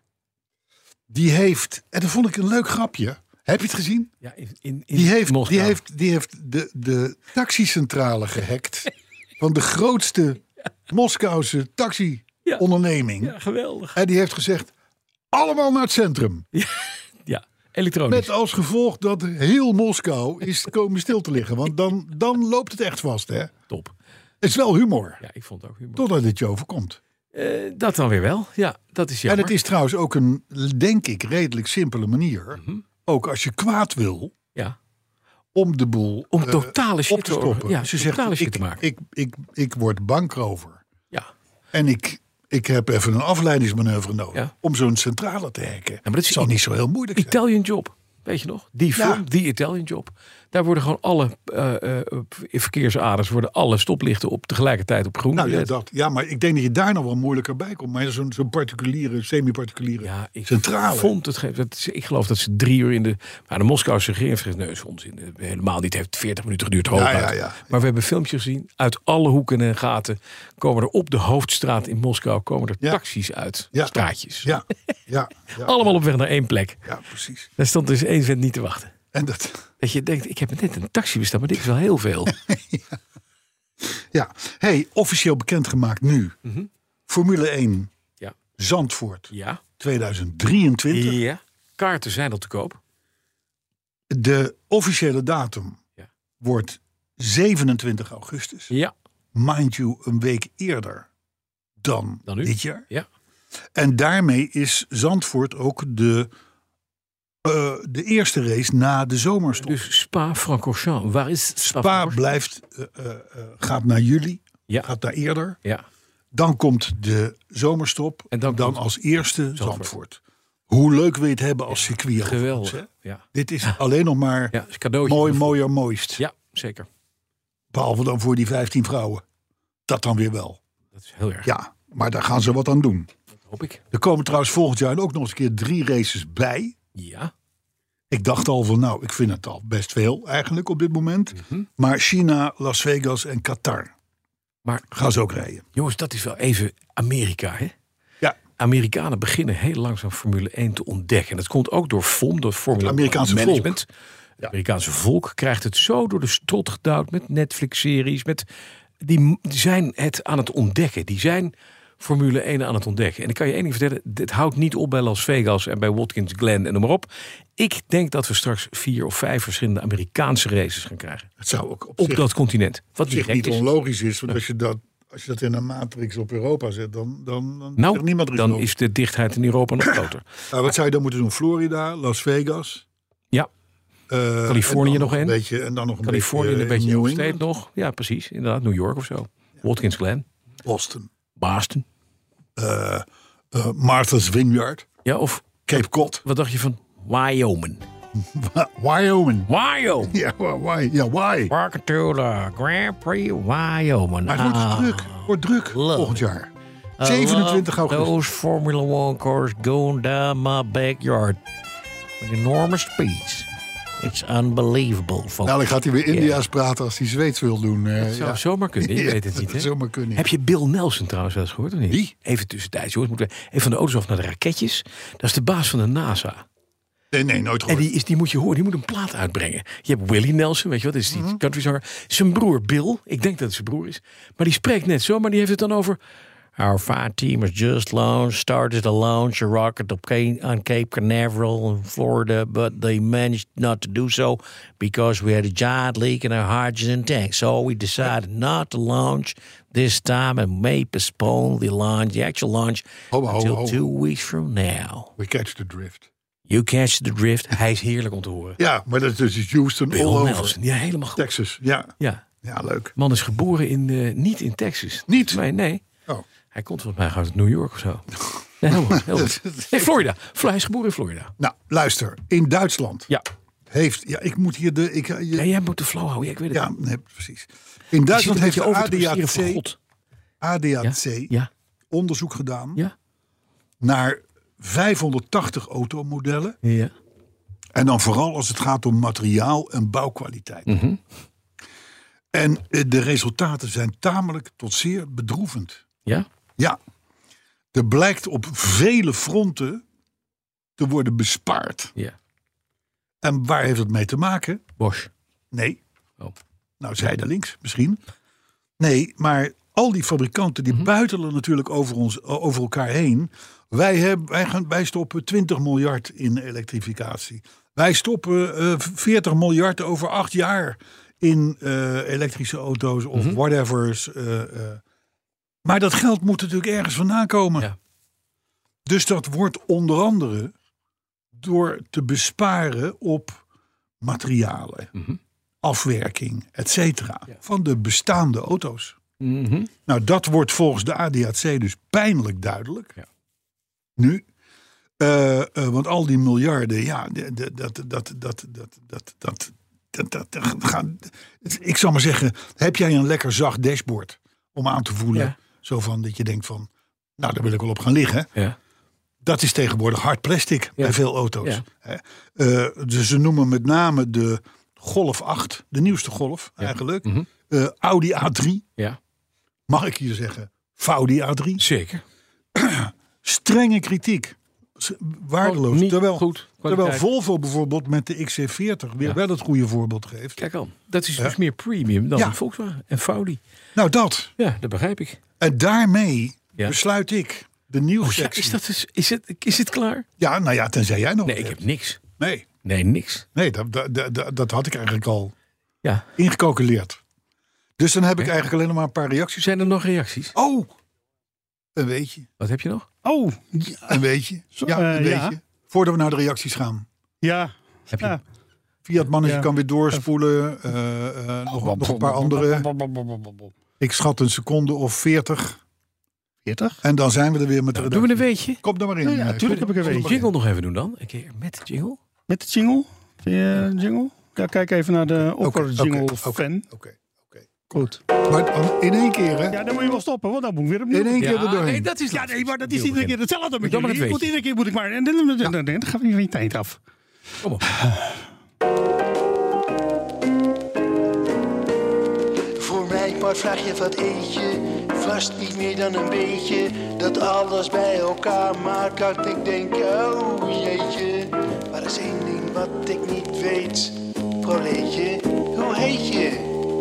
Die heeft, en dat vond ik een leuk grapje. Heb je het gezien? Ja, in, in, in die, heeft, Moskou. die heeft, die heeft de, de taxicentrale gehackt van de grootste ja. Moskouse taxi-onderneming. Ja. ja, geweldig. En die heeft gezegd, allemaal naar het centrum. Ja, ja. Elektronisch. Met als gevolg dat heel Moskou is komen stil te liggen. Want dan, dan loopt het echt vast, hè? Top. Het is wel humor. Ja, ik vond het ook humor. Totdat het je overkomt. Uh, dat dan weer wel. Ja, dat is jammer. En het is trouwens ook een, denk ik, redelijk simpele manier. Mm-hmm. Ook als je kwaad wil. Ja. Om de boel om totale uh, shit op te stoppen. Ja, dus je zegt, shit ik, te maken. Ik, ik, ik, ik word bankrover. Ja. En ik, ik heb even een afleidingsmanoeuvre nodig. Ja. Om zo'n centrale te hacken. Ja, maar dat is zal niet zo heel moeilijk zijn. Italian job. Weet je nog? Die film, Ja. die Italian Job. Daar worden gewoon alle uh, uh, verkeersaders, worden alle stoplichten op tegelijkertijd op groen Nou ja, gezet. dat, ja, maar ik denk dat je daar nog wel moeilijker bij komt. Maar zo'n zo'n particuliere, semi-particuliere Ja, ik centrale. vond het, ge- dat is- ik geloof dat ze drie uur in de... Maar de Moskouse regering heeft gezegd, nee, is onzin. Helemaal niet, heeft veertig minuten geduurd hooguit. Ja, ja, ja. Maar we hebben filmpjes gezien, uit alle hoeken en gaten komen er op de hoofdstraat in Moskou komen er Ja. taxis uit, Ja. straatjes. Ja, ja, ja. Allemaal op weg naar één plek. Ja, precies. Daar stond dus één vent niet te wachten. En dat, Dat je denkt, ik heb net een taxi besteld, maar dit is wel heel veel. ja. Hey, officieel bekendgemaakt nu. Mhm. Formule één Ja. Zandvoort Ja. tweeduizend drieëntwintig. Ja. Kaarten zijn al te koop. De officiële datum Ja. wordt zevenentwintig augustus. Ja. Mind you, een week eerder dan, Dan nu? dit jaar. Ja. En daarmee is Zandvoort ook de, uh, de eerste race na de zomerstop. Dus Spa-Francorchamps. Waar is Spa Spa-Francorchamps? blijft, uh, uh, uh, gaat naar juli, Ja. gaat naar eerder. Ja. Dan komt de zomerstop En dan dan komt als eerste Zandvoort. Zandvoort. Hoe leuk wil je het hebben als circuit? Geweldig. overigens, hè? Ja. Dit is alleen nog maar Ja, is cadeautje. mooi, voor- mooier, mooist. Ja, zeker. Behalve dan voor die vijftien vrouwen. Dat dan weer wel. Dat is heel erg. Ja, maar daar gaan ze wat aan doen. Dat hoop ik. Er komen trouwens volgend jaar ook nog eens een keer drie races bij. Ja. Ik dacht al van nou, ik vind het al best veel eigenlijk op dit moment. Mhm. Maar China, Las Vegas en Qatar Maar gaan ze ook rijden. jongens, dat is wel even Amerika, hè? Ja, Amerikanen beginnen heel langzaam Formule één te ontdekken. En dat komt ook door F O M, door Formule Het Amerikaanse Management. Het Amerikaanse volk krijgt het zo door de strot gedouwd met Netflix-series. Met, die, die zijn het aan het ontdekken. Die zijn Formule één aan het ontdekken. En ik kan je één ding vertellen. Dit houdt niet op bij Las Vegas en bij Watkins Glen en noem maar op. Ik denk dat we straks vier of vijf verschillende Amerikaanse races gaan krijgen. het zou ook op, Op zich, dat continent. Wat op zich niet niet gek is. onlogisch is. Want als je, dat, als je dat in een matrix op Europa zet, dan, dan, dan Nou, zegt niemand er iets dan over. is de dichtheid in Europa nog groter. Nou, wat zou je dan moeten doen? Florida, Las Vegas. Ja. eh, Californië en dan nog één. beetje, en dan nog een Californië beetje, een beetje eh, New New State England. nog. Ja, precies. Inderdaad, New York of zo. Watkins Glen. Boston. Boston. eh, eh, Martha's Vineyard. Ja, of Cape Cod. wat dacht je van Wyoming? Wyoming. Wyoming. Ja, why? Ja, why? Welcome to the Grand Prix Wyoming. Maar het wordt Ah, druk. Het wordt druk love volgend jaar. I zevenentwintig love augustus. Those Formula One cars going down my backyard with enormous speeds. It's unbelievable. Folks. Nou, dan gaat hij weer India's praten als hij Zweeds wil doen. eh, Dat zou ja. zomaar kunnen, je Ja, weet het niet. dat Hè? zou zomaar kunnen. Heb je Bill Nelson trouwens wel eens gehoord? Of niet? Wie? Even tussentijds, hoor. Moeten we even van de auto's af naar de raketjes. Dat is de baas van de NASA. Nee, nee, nooit En gehoord. die, is, die moet je horen, die moet een plaat uitbrengen. Je hebt Willie Nelson, weet je wat, dat is die Mhm. countryzanger. Zijn broer Bill, ik denk dat het zijn broer is. Maar die spreekt net zo, maar die heeft het dan over... Our fine team has just launched, started to launch a rocket op Cape, on Cape Canaveral in Florida, but they managed not to do so because we had a giant leak in our hydrogen tank. So we decided not to launch this time and may postpone the launch, the actual launch, Ho, ho, until ho. two weeks from now. We catch the drift. You catch the drift. Hij is heerlijk om te horen. Ja, maar dat is dus Houston Bill all over. Nelson, ja, helemaal goed. Texas, ja. Ja, Ja, leuk. man is geboren in, eh, niet in Texas. Niet? Nee, nee. Oh. Hij komt volgens mij uit New York of zo. Ja, heel goed, heel goed. Nee, Florida. Fl- Hij is geboren in Florida. Nou, luister. In Duitsland Ja. heeft... Ja, ik moet hier de... Ik, je, Ja, jij moet de flow houden. Ja, ik weet het ja, niet. nee, precies. In Je zit Duitsland een heeft beetje de over te presteren voor A D A C, God. A D A C Ja, onderzoek gedaan ja, naar vijfhonderdtachtig automodellen. ja. En dan vooral als het gaat om materiaal en bouwkwaliteit. Mhm. En eh, de resultaten zijn tamelijk tot zeer bedroevend. Ja? Ja, er blijkt op vele fronten te worden bespaard. Ja. En waar heeft het mee te maken? Bosch. Nee. Oh. Nou, zijdelings misschien. Nee, maar al die fabrikanten die buitelen natuurlijk over, ons, over elkaar heen. Wij, hebben, wij, gaan, wij stoppen twintig miljard in elektrificatie. Wij stoppen uh, veertig miljard over acht jaar in uh, elektrische auto's of Mhm. whatever's. Uh, uh. Maar dat geld moet natuurlijk ergens vandaan komen. Ja. Dus dat wordt onder andere door te besparen op materialen, Mhm. afwerking, et cetera, Ja. van de bestaande auto's. Mhm. Nou, dat wordt volgens de A D A C dus pijnlijk duidelijk. Ja. Nu, uh, uh, Uh, want al die miljarden, ja, dat, dat, dat, dat, dat, dat, dat, dat, dat, dat, dat gaat. Ik zal maar zeggen, heb jij een lekker zacht dashboard om aan te voelen, ja. Zo van dat je denkt van, nou, daar wil ik wel op gaan liggen. Ja. Dat is tegenwoordig hard plastic ja. bij veel auto's. Ja. Uh, dus ze noemen met name de Golf acht, de nieuwste Golf ja. eigenlijk. Mm-hmm. Uh, Audi A drie. Ja. Mag ik hier zeggen, Audi A drie? Zeker. Strenge kritiek. Waardeloos. Niet terwijl, goed terwijl Volvo bijvoorbeeld met de X C veertig weer ja. wel het goede voorbeeld geeft. Kijk al, dat is dus ja. meer premium dan ja. Volkswagen en Audi. Nou dat. Ja, dat begrijp ik. En daarmee ja. besluit ik de nieuwe oh, ja, is, dat dus, is, het, is het klaar? Ja, nou ja, tenzij jij nog Nee, ik hebt. heb niks. Nee. Nee, niks. Nee, dat, dat, dat, dat had ik eigenlijk al ja. ingecalculeerd. Dus dan heb okay. ik eigenlijk alleen nog maar een paar reacties. Zijn er nog reacties? Oh, een weetje. Wat heb je nog? Oh, ja, een weetje. Ja, uh, een weetje. Ja. Voordat we naar de reacties gaan. Ja. Heb je? Ja. Via het mannetje ja. kan weer doorspoelen. Uh, uh, nog, nog een paar andere. Ik schat een seconde of veertig. veertig? En dan zijn we er weer met de nou, doen we een weetje? Kom dan maar in. Ja, natuurlijk heb ik een weetje. De jingle nog even doen dan. Een keer met de jingle. Met de jingle? Vind je uh, jingle? Ja, kijk even naar de opper jingle okay, fan. Oké, okay, oké. Goed. Maar in één keer, hè? Ja, dan moet je wel stoppen, want dan moet ik weer opnieuw. In één keer ja, er doorheen. Nee, dat is ja, nee, maar dat is iedere keer hetzelfde met jullie. Je moet iedere keer moet ik maar... En dan, dan, dan, dan gaat weer van je tijd af. Kom op. Voor mij, maar vraag je wat eet je? Vast niet meer dan een beetje. Dat alles bij elkaar maakt dat ik denk, oh jeetje. Maar er is één ding wat ik niet weet. Proleetje, hoe heet je?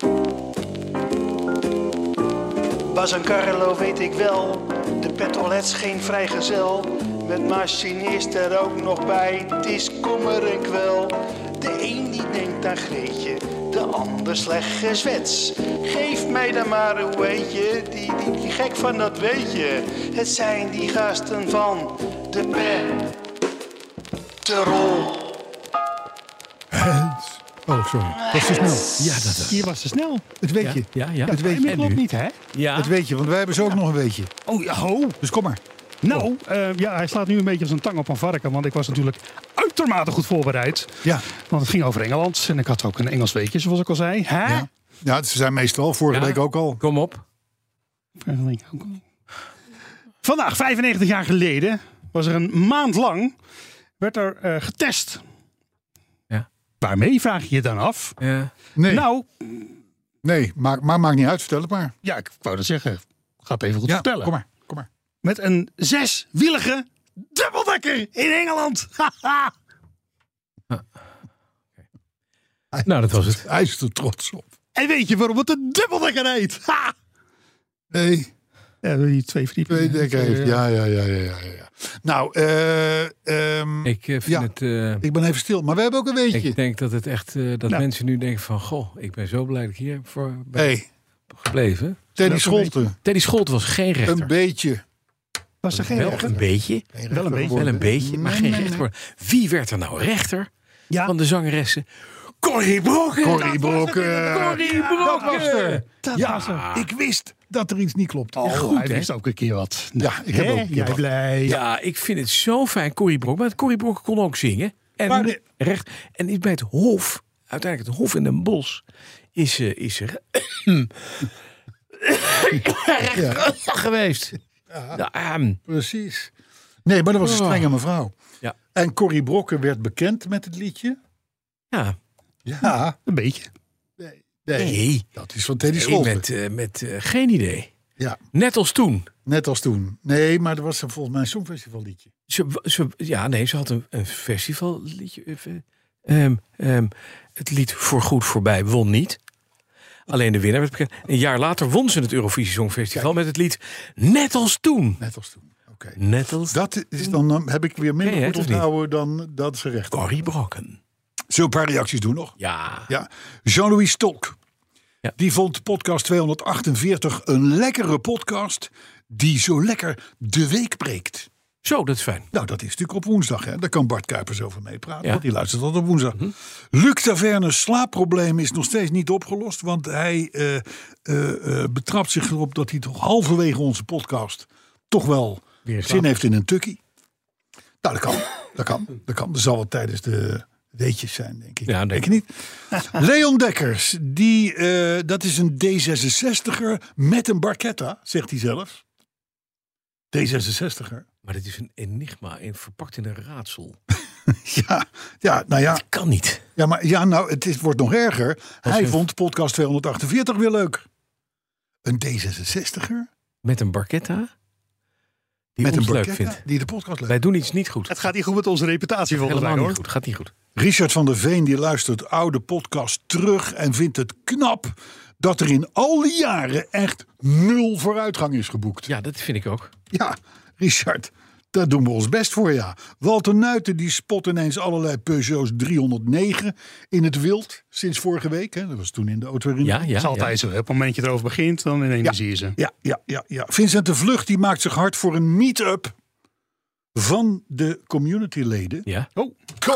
Bas en Carlo weet ik wel. De petrolheads geen vrijgezel. Met machinist er ook nog bij. Het is kommer en kwel. De een die denkt aan Greetje. De ander slecht gezwets. Geef mij dan maar een weetje. Die, die, die gek van dat weetje. Het zijn die gasten van de Petrol. Oh, sorry. Dat was te snel. Ja, dat was. Hier was te snel. Het weetje. Ja, ja. ja. Het weetje. Dat klopt niet, hè? Ja. Het weetje, want wij hebben zo ook ja. nog een weetje. Oh, ja, ho. Dus kom maar. Nou, uh, ja, hij slaat nu een beetje als een tang op een varken. Want ik was natuurlijk uitermate goed voorbereid. Ja. Want het ging over Engeland. En ik had ook een Engels weetje, zoals ik al zei. Hè? Ja, ja ze zijn meestal. Vorige ja. week ook al. Kom op. Vandaag, vijfennegentig jaar geleden, was er een maand lang, werd er uh, getest. Ja. Waarmee, vraag je je dan af? Ja. Nee. Nou. Nee, maar, maar maakt niet uit. Vertel het maar. Ja, ik wou dat zeggen. Ga het even goed ja, vertellen. Kom maar, kom maar. Met een zeswielige dubbeldekker in Engeland. ah. Nou, dat was het. Hij is er trots op. En weet je waarom het een dubbeldekker heet? Ha! Nee. Ja, die twee verdiepingen. Twee dekker heeft. Ja, ja, ja, ja, ja. ja. Nou, uh, um, ik uh, vind ja, het... Uh, ik ben even stil, maar we hebben ook een weetje. Ik denk dat het echt... Uh, dat nou. mensen nu denken van... Goh, ik ben zo blij dat ik hier voor ben hey. gebleven. Teddy Scholten. Teddy Scholten was geen rechter. Een beetje. Was er geen wel rechter? Een beetje. Geen wel een beetje. Wel een beetje, maar nee, geen nee, rechter. nee. Wie werd er nou rechter ja. van de zangeressen? Corrie Brokken. Corrie Brokken. Corrie Brokken. Dat was er. Dat ja, was er. Ik wist dat er iets niet klopt. Oh, ja, goed, hij wist ook een keer wat. Ja, ik heb ook een keer Jij wat. blij. Ja, ik vind het zo fijn, Corrie Brokken. Maar Corrie Brokken kon ook zingen. En maar de... recht. En bij het Hof, uiteindelijk het Hof in Den Bosch, is, uh, is er recht ja. geweest. Ja, ja, um. precies. Nee, maar dat was een strenge mevrouw. Ja. En Corrie Brokken werd bekend met het liedje. Ja. Ja. Een beetje. Nee. Nee. nee. Dat is van Teddy nee, Scholten. Met, uh, met uh, geen idee. Ja. Net als toen. Net als toen. Nee, maar dat was volgens mij een songfestivalliedje. Ze, ze, ja, nee, ze had een, een festivalliedje. Um, um, het lied Voor Goed Voorbij won niet. Alleen de winnaar werd bekend. Een jaar later won ze het Eurovisie Songfestival met het lied Net als toen. Net als toen. Oké. Okay. Net als dat is dan, dan heb ik weer minder nee, goed onthouden dan dat ze recht. Corrie Brokken. Zullen we een paar reacties doen nog? Ja. ja. Jean-Louis Stolk. Ja. Die vond podcast tweehonderdachtenveertig een lekkere podcast die zo lekker de week breekt. Zo, dat is fijn. Nou, dat is natuurlijk op woensdag. Hè? Daar kan Bart Kuipers over meepraten. Ja. Want die luistert altijd op woensdag. Mm-hmm. Luc Taverne's slaapprobleem is nog steeds niet opgelost. Want hij uh, uh, uh, betrapt zich erop dat hij toch halverwege onze podcast toch wel zin heeft in een tukkie. Nou, dat kan. dat kan. Dat kan. Dat zal wel tijdens de weetjes zijn, denk ik. Ja, denk denk je niet? Leon Dekkers, die, uh, dat is een D zesenzestiger met een barchetta, zegt hij zelf. D zesenzestiger. Maar dit is een enigma, in, verpakt in een raadsel. ja, ja, nou ja. Dat kan niet. Ja, maar ja, nou, het is, wordt nog erger. Als Hij je... vond podcast tweehonderdachtenveertig weer leuk. Een D zesenzestiger? Met een barchetta? Die met ons een leuk barchetta, vindt. die de podcast leuk. Wij doen iets niet goed. Het gaat niet goed met onze reputatie volgens mij, Helemaal hoor. niet goed. Gaat niet goed. Richard van der Veen die luistert oude podcast terug en vindt het knap dat er in al die jaren echt nul vooruitgang is geboekt. Ja, dat vind ik ook. Ja, Richard, daar doen we ons best voor, ja. Walter Nuiten die spot ineens allerlei Peugeots driehonderdnegen in het wild sinds vorige week. Hè. Dat was toen in de autoherinnering. Ja, ja, Dat is altijd ja. zo. Hè? Op het moment dat je erover begint, dan ineens Ja. zie je ze. Ja, ja, ja, ja. Vincent de Vlucht die maakt zich hard voor een meet-up van de communityleden. Ja. Oh,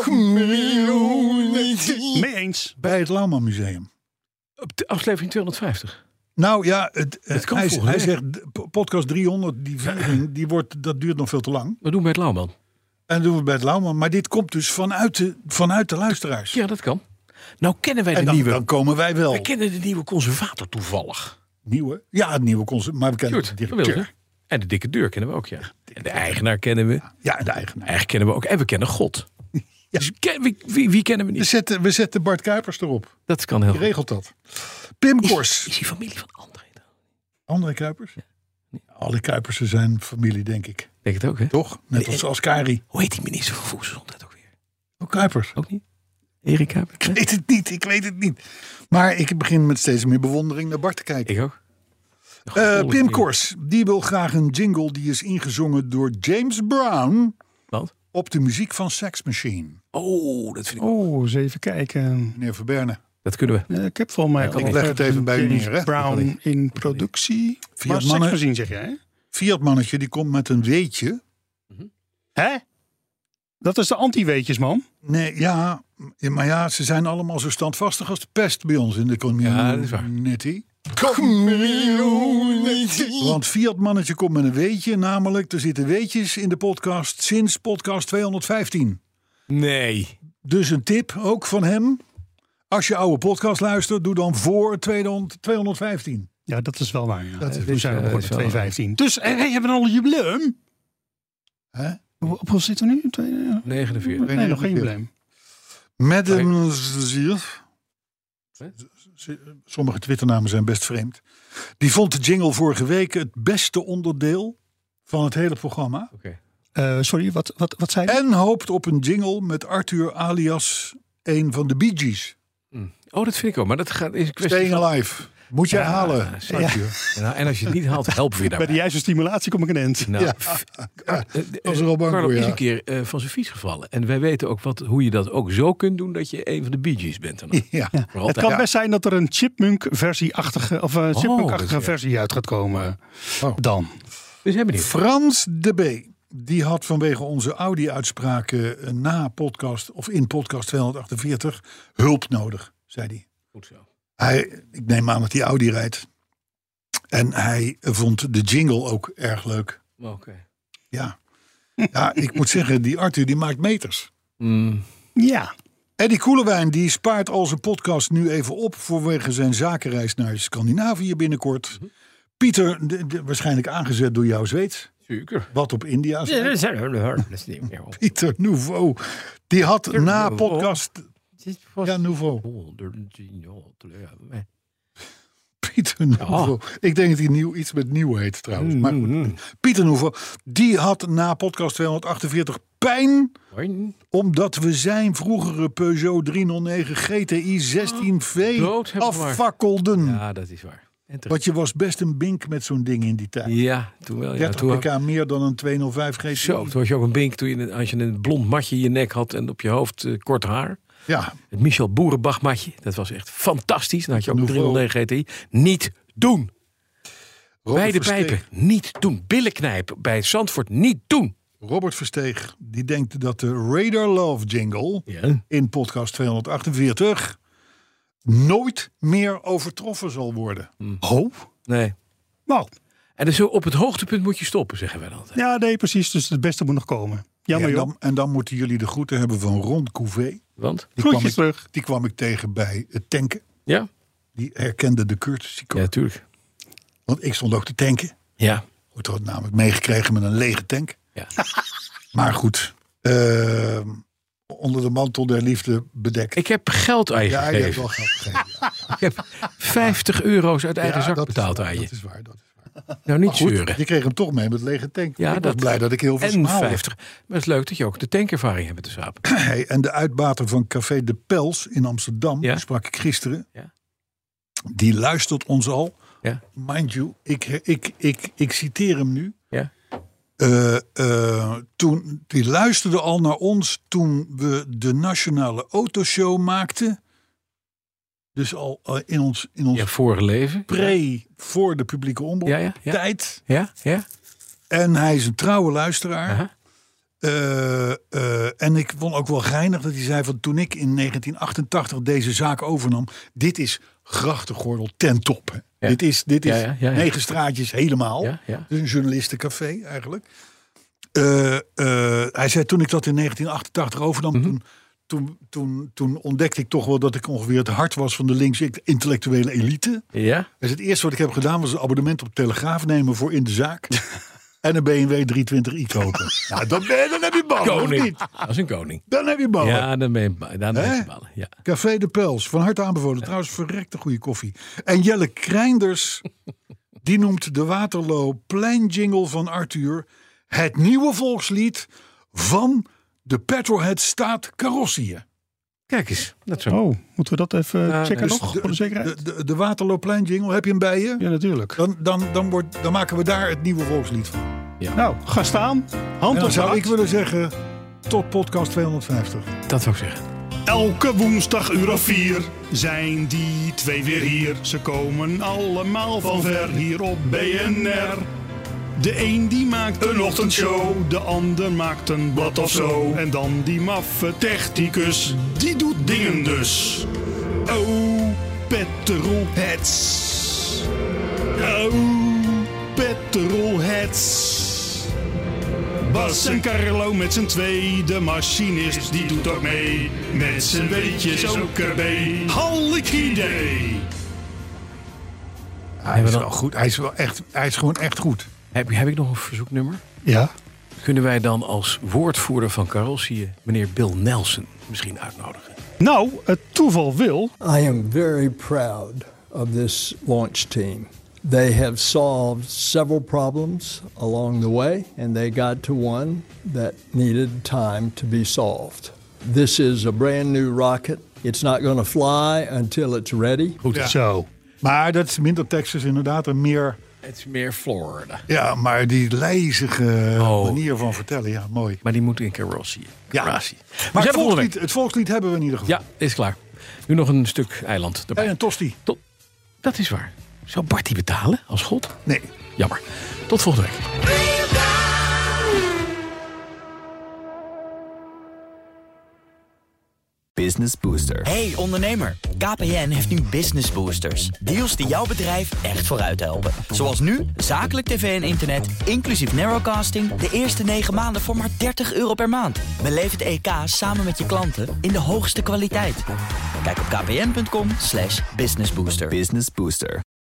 Community. mee eens. Bij het Lauwman Museum. Op de aflevering tweehonderdvijftig. Nou ja, het, Het kan hij, volgende hij week. zegt de podcast driehonderd, die viering, die wordt, dat duurt nog veel te lang. We doen bij het Lauwman. En dat doen we bij het Lauwman. Maar dit komt dus vanuit de, vanuit de luisteraars. Ja, dat kan. Nou kennen wij de en dan, nieuwe... dan komen wij wel. Wij kennen de nieuwe conservator toevallig. Nieuwe? Ja, het nieuwe concept. Maar we kennen Sjoerd, de van directeur. Wilder. En de dikke deur kennen we ook, ja. En de eigenaar kennen we. Ja, en de eigenaar. Eigenlijk kennen we ook. En we kennen God. Dus ken- wie, wie, wie kennen we We niet? zetten, we zetten Bart Kuipers erop. Dat kan heel Die goed. regelt dat. Pim Kors. Is hij familie van André dan? André Kuipers? Alle Kuipersen zijn familie, denk ik. Denk het ook, hè? Toch? Net als, als Kari. Hoe heet die minister van Volksgezondheid ook weer? Oh, Kuipers. Ook niet? Erik Kuipers? Ik weet het niet, ik weet het niet. Maar ik begin met steeds meer bewondering naar Bart te kijken. Ik ook. Uh, Pim Kors, die wil graag een jingle die is ingezongen door James Brown Wat? op de muziek van Sex Machine. Oh, dat vind ik... Oh, eens even kijken. Meneer Verberne. Dat kunnen we. Uh, ik heb volgens mij Ja, ook ik leg het even bij u James neer, hè? Brown in productie. Fiat Maar mannen. seksmachine zeg jij, hè? Fiat mannetje die komt met een weetje. Hè? Dat is de anti-weetjes, man. Nee, ja, maar ja, ze zijn allemaal zo standvastig als de pest bij ons in de Ja, dat is waar. community. Want Fiat mannetje komt met een weetje, namelijk er zitten weetjes in de podcast sinds podcast tweehonderdvijftien. Nee. Dus een tip ook van hem. Als je oude podcast luistert, doe dan voor tweehonderdvijftien. Ja, dat is wel waar. Ja. Dat is- We zijn uh, begonnen is met wel- tweehonderdvijftien. Dus eh, hey, hebben we al een jubileum? Hè? Op hoe zitten we nu? Twee- negenenveertig. Nee, nog geen jubileum. Met Oh, een zier. Sommige Twitternamen zijn best vreemd. Die vond de jingle vorige week het beste onderdeel van het hele programma. Oké. Uh, sorry, wat, wat, wat zei je? En hoopt op een jingle met Arthur alias een van de Bee Gees. Mm. Oh, dat vind ik ook. Maar dat gaat, is een kwestie Staying van... Alive. Moet je Ja, halen, zeker. Arthur. Nou, en als je het niet haalt, helpen we je Bij daarbij. de juiste stimulatie kom ik een end. Nou, Ja. f- Ja, eh, was er al bang Carlo voor, ja. is een keer eh, van zijn fiets gevallen. En wij weten ook wat, hoe je dat ook zo kunt doen dat je een van de Bee Gees bent. Dan. Ja. Ja. Voor Het altijd. kan Ja. best zijn dat er een chipmunk-versie-achtige of een dat chipmunk-achtige is- ja. versie uit gaat komen. Oh. Dan. We zijn benieuwd. Frans de B. Die had vanwege onze Audi-uitspraken eh, na podcast of in podcast tweehonderdachtenveertig hulp nodig, zei hij. Goed zo. Hij, ik neem aan dat hij Audi rijdt. En hij vond de jingle ook erg leuk. Oké. Ja, ja ik moet zeggen, die Arthur die maakt meters. Mm. Ja. Eddie Koelewijn die spaart al zijn podcast nu even op vanwege zijn zakenreis naar Scandinavië binnenkort. Pieter, de, de- waarschijnlijk aangezet door jouw Zweeds. Zeker. Wat op India Ja, dat zijn. is dat is niet meer op. Pieter Nouveau. Die had na Nouveau. podcast... Ja, Nouveau. Ja, Pieter Nouveau. Ik denk dat hij nieuw, iets met nieuw heet trouwens. Maar goed. Pieter Nouveau. Die had na podcast tweehonderdachtenveertig pijn. Omdat we zijn vroegere Peugeot driehonderdnegen G T I zestien V Dood hebben we maar. affakkelden. Ja, dat is waar. En terecht. Want je was best een bink met zo'n ding in die tijd. Ja, toen wel. Ja, dertig toen, pk meer dan een tweehonderdvijf G T I. zo, toen was je ook een bink toen je, als je een blond matje in je nek had en op je hoofd eh, kort haar. Ja, Het Michel Boerenbach matje. Dat was echt fantastisch. Dan had je ook een Nouveau. driehonderdnegen G T I. Niet doen. Robert Bij de Versteeg. pijpen. Niet doen. Billen knijpen. Bij Zandvoort. Niet doen. Robert Versteeg, die denkt dat de Radar Love jingle Ja. in podcast tweehonderdachtenveertig nooit meer overtroffen zal worden. Oh? Nee. Nou, En dus zo op het hoogtepunt moet je stoppen, zeggen wij dan altijd. ja, nee, precies. Dus het beste moet nog komen. Jammer en, joh. dan, en dan moeten jullie de groeten hebben van Ron Couvé. Want? Die kwam, Groetjes ik, terug. die kwam ik tegen bij het tanken. Ja? Die herkende de courtesy code. Ja, tuurlijk. Want ik stond ook te tanken. Ja. Wordt er namelijk meegekregen met een lege tank. Ja. Maar goed, uh, onder de mantel der liefde bedekt. Ik heb geld aan je ja, je gegeven. hebt wel geld gegeven. Ja. Ik heb vijftig euro's uit eigen Ja, zak dat is betaald waar, aan je. Dat is waar. Dat is waar. Nou, niet Maar goed, zeuren. je kreeg hem toch mee met lege tank. Ja, ik dat, was blij dat ik heel veel En smaalde. vijftig. Maar het is leuk dat je ook de tankervaring hebt met de Saab. Hey, en de uitbater van Café de Pels in Amsterdam, Ja. die sprak ik gisteren. Ja. Die luistert ons al. Ja. Mind you, ik, ik, ik, ik citeer hem nu. Ja. Uh, uh, toen, die luisterde al naar ons toen we de Nationale Autoshow maakten. Dus al uh, in ons, in ons Ja, vorige leven. pre, voor de publieke omroep Ja, ja, ja. tijd. Ja, ja. En hij is een trouwe luisteraar. Aha. Uh, uh, en ik vond ook wel geinig dat hij zei van toen ik in negentien achtentachtig deze zaak overnam. Dit is grachtengordel ten top. Hè. Ja. Dit is, dit is Ja, ja, ja, ja. negen straatjes helemaal. Ja, ja. Dus een journalistencafé eigenlijk. Uh, uh, hij zei toen ik dat in negentien achtentachtig overnam. Mm-hmm. toen, toen, toen, toen ontdekte ik toch wel dat ik ongeveer het hart was van de linkse intellectuele elite. Ja. Dus het eerste wat ik heb gedaan was een abonnement op Telegraaf nemen voor in de zaak. En een B M W driehonderdtwintig i kopen. Nou, dan, ben je, dan heb je ballen, of Koning. niet? Dat is een koning. Dan heb je ballen. Ja, dan ben je, dan ben Hè? je ballen. Ja. Café de Pels, van harte aanbevolen. Trouwens, verrekte goede koffie. En Jelle Kreinders, die noemt de Waterloo pleinjingle van Arthur het nieuwe volkslied van de Petrolhead staat Carrossië. Kijk eens. Dat zo. Oh, moeten we dat even Ja, checken dus nog, de, voor de zekerheid? De, de, de Waterloo pleinjingle, heb je hem bij je? Ja, natuurlijk. Dan, dan, dan, wordt, dan maken we daar het nieuwe volkslied van. Nou, ga staan. Hand En dan op zou hart. ik willen zeggen, tot podcast tweehonderdvijftig. Dat zou ik zeggen. Elke woensdag uur of vier zijn die twee weer hier. Ze komen allemaal van ver hier op B N R. De een die maakt een ochtendshow, de ander maakt een blad of zo. En dan die maffe technicus, die doet dingen dus. Oh, petrolheads. Oh, petrolheads. Bas en Carlo met z'n twee, de machinist die doet ook mee. Met z'n weetjes ook erbij. Hallik idee. Hij is wel goed. Hij is, wel echt, hij is gewoon echt goed. Heb, heb ik nog een verzoeknummer? Ja. Kunnen wij dan als woordvoerder van Carrossië meneer Bill Nelson misschien uitnodigen? Nou, het toeval wil. I am very proud of this launch team. They have solved several problems along the way, and they got to one that needed time to be solved. This is a brand new rocket. It's not going to fly until it's ready. Goed Ja. zo. Maar dat is minder Texas inderdaad en meer... Het is meer Florida. Ja, maar die lijzige Oh. manier van vertellen, ja, mooi. Maar die moet in Carrossië. Ja. Carrossië. Maar zijn het er volgende volkslied, week. het volkslied hebben we in ieder geval. Ja, is klaar. Nu nog een stuk eiland erbij. En een tosti. Tot, dat is waar. Zou Bart die betalen als god? Nee. Jammer. Tot volgende week. Business Booster. Hey ondernemer, K P N heeft nu Business Boosters. Deals die jouw bedrijf echt vooruit helpen. Zoals nu, zakelijk tv en internet, inclusief narrowcasting... de eerste negen maanden voor maar dertig euro per maand. Beleef het E K samen met je klanten in de hoogste kwaliteit. Kijk op kpn punt com slash businessbooster. Business Booster.